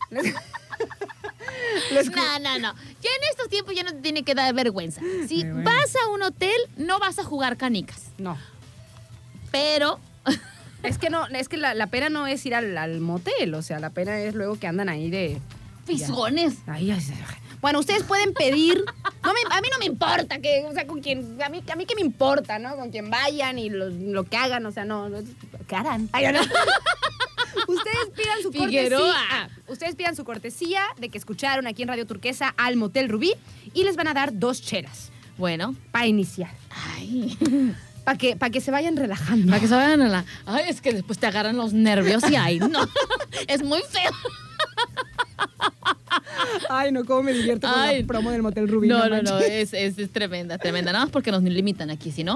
no, no, no. Ya en estos tiempos ya no te tiene que dar vergüenza. Si bueno. vas a un hotel, no vas a jugar canicas. No. Pero... es que no, es que la, la pena no es ir al, al motel, o sea, la pena es luego que andan ahí de... Fisgones. Ay, ay, ay. Bueno, ustedes pueden pedir. No me, a mí no me importa que, o sea, con quien, a mí, a mí que me importa, ¿no? Con quien vayan y lo, lo que hagan, o sea, no, ¿qué harán? Ay, no. Ustedes pidan su Figueroa. cortesía. Ah, ustedes pidan su cortesía de que escucharon aquí en Radio Turquesa al Motel Rubí y les van a dar dos chelas. Bueno. Para iniciar. Ay. Para que, pa que se vayan relajando. Para que se vayan relajando. Ay, es que después te agarran los nervios y ay, no. Es muy feo. Ay, no, cómo me divierto con Ay. la promo del Motel Rubí. No, no, no, no es, es, es tremenda, tremenda. Nada más porque nos limitan aquí, ¿sí no?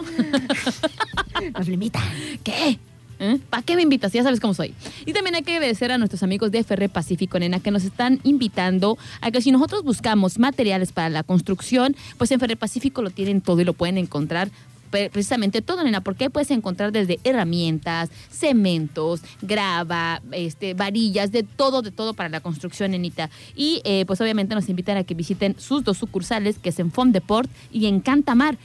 Nos limitan. ¿Qué? ¿Eh? ¿Para qué me invitas? Ya sabes cómo soy. Y también hay que agradecer a nuestros amigos de F R Pacífico, nena, que nos están invitando a que si nosotros buscamos materiales para la construcción, pues en F R Pacífico lo tienen todo y lo pueden encontrar precisamente todo, nena, porque puedes encontrar desde herramientas, cementos, grava, este, varillas, de todo, de todo para la construcción, nenita. Y eh, pues obviamente nos invitan a que visiten sus dos sucursales, que es en Font Deport y en Cantamar.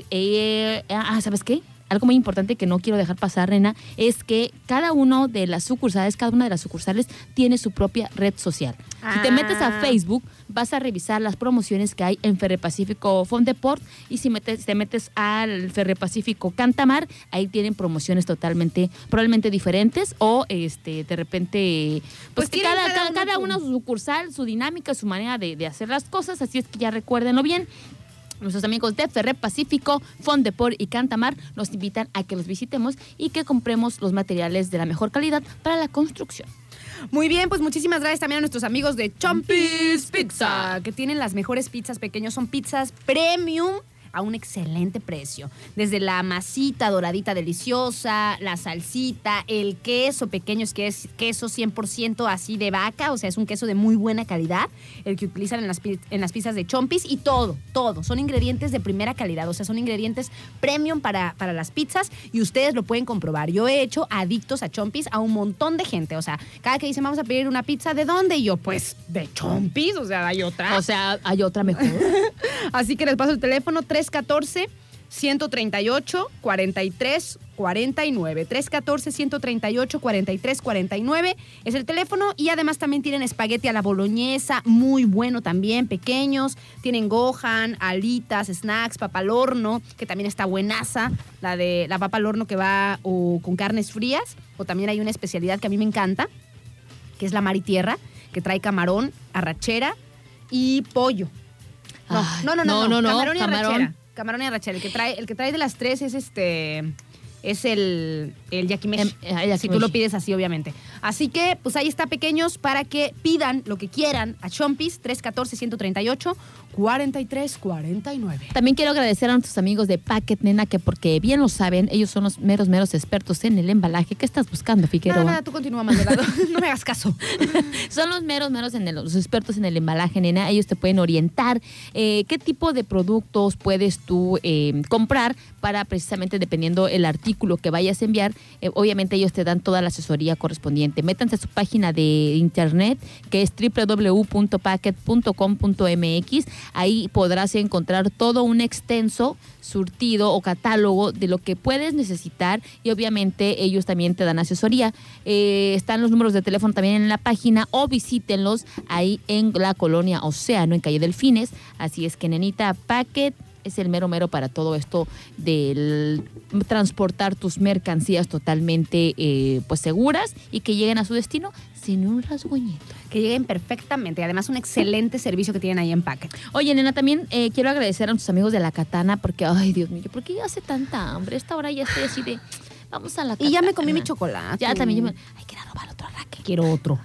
Eh, ah, ¿sabes qué? Algo muy importante que no quiero dejar pasar, nena, es que cada uno de las sucursales, cada una de las sucursales tiene su propia red social. Ah. Si te metes a Facebook, vas a revisar las promociones que hay en Ferrepacífico Font Deport, y si metes, te metes al Ferrepacífico Cantamar, ahí tienen promociones totalmente, probablemente diferentes, o este de repente, pues, pues que cada, cada, cada, cada una su sucursal, su dinámica, su manera de, de hacer las cosas, así es que ya recuérdenlo bien. Nuestros amigos de F R Pacífico, Font Deport y Cantamar nos invitan a que los visitemos y que compremos los materiales de la mejor calidad para la construcción. Muy bien, pues muchísimas gracias también a nuestros amigos de Chompis Pizza, que tienen las mejores pizzas pequeños. Son pizzas premium a un excelente precio. Desde la masita doradita deliciosa, la salsita, el queso pequeño, es que es queso cien por ciento así de vaca, o sea, es un queso de muy buena calidad, el que utilizan en las, en las pizzas de Chompis, y todo, todo. Son ingredientes de primera calidad, o sea, son ingredientes premium para, para las pizzas, y ustedes lo pueden comprobar. Yo he hecho adictos a Chompis a un montón de gente, o sea, cada que dicen vamos a pedir una pizza, ¿de dónde? Y yo, pues, de Chompis, o sea, hay otra. O sea, hay otra mejor. Así que les paso el teléfono, tres uno cuatro, uno treinta y ocho, cuarenta y tres cuarenta y nueve. tres uno cuatro, uno treinta y ocho, cuarenta y tres cuarenta y nueve es el teléfono, y además también tienen espagueti a la boloñesa, muy bueno también, pequeños. Tienen gohan, alitas, snacks, papa al horno, que también está buenaza, la de la papa al horno que va o con carnes frías, o también hay una especialidad que a mí me encanta, que es la mar y tierra, que trae camarón, arrachera y pollo. No, Ay, no, no, no, no, no, no, camarón y camarón. arrachera. Camarón y arrachera. El que trae, el que trae de las tres es este... Es el, el yakimeshi. Em, eh, si tú lo pides así, obviamente. Así que, pues ahí está, pequeños, para que pidan lo que quieran a Chompis, tres uno cuatro, uno treinta y ocho, cuarenta y tres cuarenta y nueve. También quiero agradecer a nuestros amigos de Packet, nena, que porque bien lo saben, ellos son los meros, meros expertos en el embalaje. ¿Qué estás buscando, Figueroa? Nada, nada, tú continúa, Maldonado. No me hagas caso. Son los meros, meros, en el, los expertos en el embalaje, nena. Ellos te pueden orientar eh, qué tipo de productos puedes tú eh, comprar para, precisamente, dependiendo el artículo que vayas a enviar, eh, obviamente ellos te dan toda la asesoría correspondiente. Métanse a su página de internet, que es doble u doble u doble u punto packet punto com punto m x. Ahí podrás encontrar todo un extenso surtido o catálogo de lo que puedes necesitar, y obviamente ellos también te dan asesoría. Eh, están los números de teléfono también en la página, o visítenlos ahí en la colonia Océano, en calle Delfines. Así es que, nenita, Packet es el mero mero para todo esto del transportar tus mercancías totalmente eh, pues seguras y que lleguen a su destino sin un rasguñito. Que lleguen perfectamente. Y además un excelente servicio que tienen ahí en Packet. Oye, nena, también eh, quiero agradecer a nuestros amigos de La Katana porque, ay, Dios mío, ¿por qué hace tanta hambre? Esta hora ya estoy así de, vamos a La Katana. Y ya me comí mi chocolate. Ya también, yo me, ay, quiero robar otro raque. Quiero otro.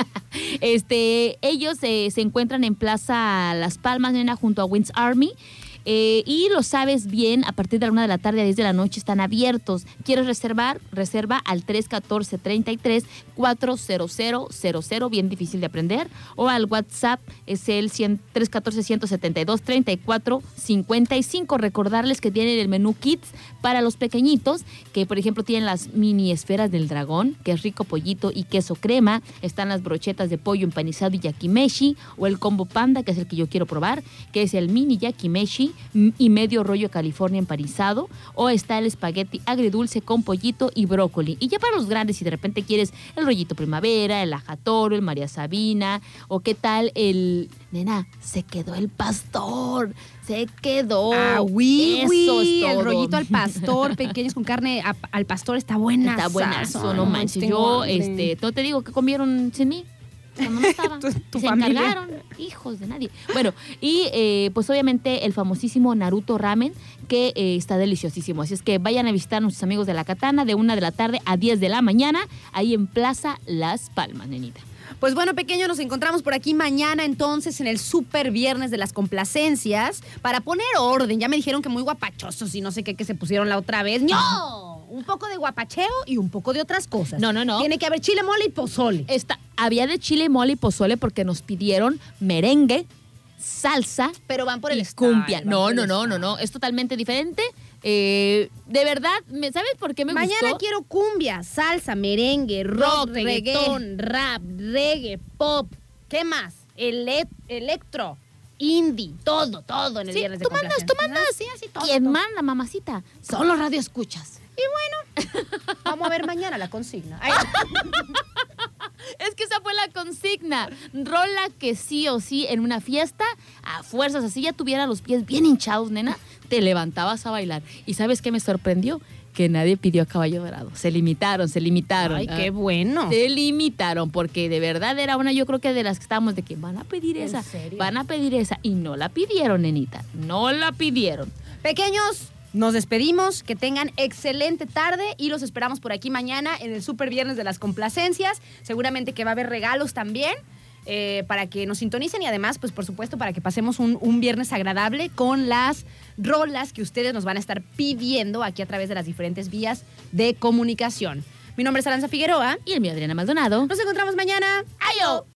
este, ellos eh, se encuentran en Plaza Las Palmas, nena, junto a Wins Army. Eh, y lo sabes bien, a partir de la una de la tarde a diez de la noche están abiertos. ¿Quieres reservar? Reserva al tres uno cuatro, treinta y tres, cuatro cero cero cero cero, bien difícil de aprender, o al WhatsApp es el tres uno cuatro, uno siete dos, treinta y cuatro cincuenta y cinco. Recordarles que tienen el menú Kids para los pequeñitos, que por ejemplo tienen las mini esferas del dragón, que es rico pollito y queso crema. Están las brochetas de pollo empanizado y yakimeshi, o el combo panda, que es el que yo quiero probar, que es el mini yakimeshi y medio rollo California empanizado, o está el espagueti agridulce con pollito y brócoli. Y ya para los grandes, si de repente quieres el rollito primavera, el ajatoro, el María Sabina, o qué tal el... Nena, se quedó el pastor, se quedó. Ah, oui, Eso oui, es todo. el rollito al pastor, pequeños con carne a- al pastor está buena. Está buenazo, no manches. Yo, este, no te digo que comieron sin mí. Cuando no estaba. Tu- tu se familia. encargaron, hijos de nadie. Bueno, y eh, pues obviamente el famosísimo Naruto Ramen, que eh, está deliciosísimo. Así es que vayan a visitar a nuestros amigos de La Katana de una de la tarde a diez de la mañana, ahí en Plaza Las Palmas, nenita. Pues bueno, pequeño, nos encontramos por aquí mañana entonces en el super viernes de las complacencias para poner orden. Ya me dijeron que muy guapachosos y no sé qué que se pusieron la otra vez. ¡No! Un poco de guapacheo y un poco de otras cosas. No, no, no. Tiene que haber chile, mole y pozole. Esta, había de chile, mole y pozole porque nos pidieron merengue, salsa, Pero van por el y style, cumbia. van No, por el no, no, style. no, no. Es totalmente diferente. Eh, de verdad, ¿me- ¿sabes por qué me Mañana gustó? quiero cumbia, salsa, merengue, rock, Rock, reggaetón, rap, reggae, pop. ¿Qué más? Ele- electro, indie, todo, todo en el Sí, viernes de tú mandas, tú complacencias. mandas. Ah, sí, así todo. ¿Quién todo. manda, mamacita? Son los radioescuchas. Y bueno, vamos a ver mañana la consigna. Ay, Es que esa fue la consigna. Rola que sí o sí en una fiesta, a fuerzas, así ya tuviera los pies bien hinchados, nena, te levantabas a bailar. ¿Y sabes qué me sorprendió? Que nadie pidió a Caballo Dorado. Se limitaron, se limitaron. Ay, Ah, qué bueno. Se limitaron, porque de verdad era una, yo creo que de las que estábamos de que van a pedir ¿En esa, serio? van a pedir esa. Y no la pidieron, nenita. No la pidieron. Pequeños, nos despedimos, que tengan excelente tarde y los esperamos por aquí mañana en el super viernes de las complacencias. Seguramente que va a haber regalos también eh, para que nos sintonicen y además, pues por supuesto, para que pasemos un, un viernes agradable con las rolas que ustedes nos van a estar pidiendo aquí a través de las diferentes vías de comunicación. Mi nombre es Aranza Figueroa. Y el mío, Adriana Maldonado. Nos encontramos mañana. ¡Ayo!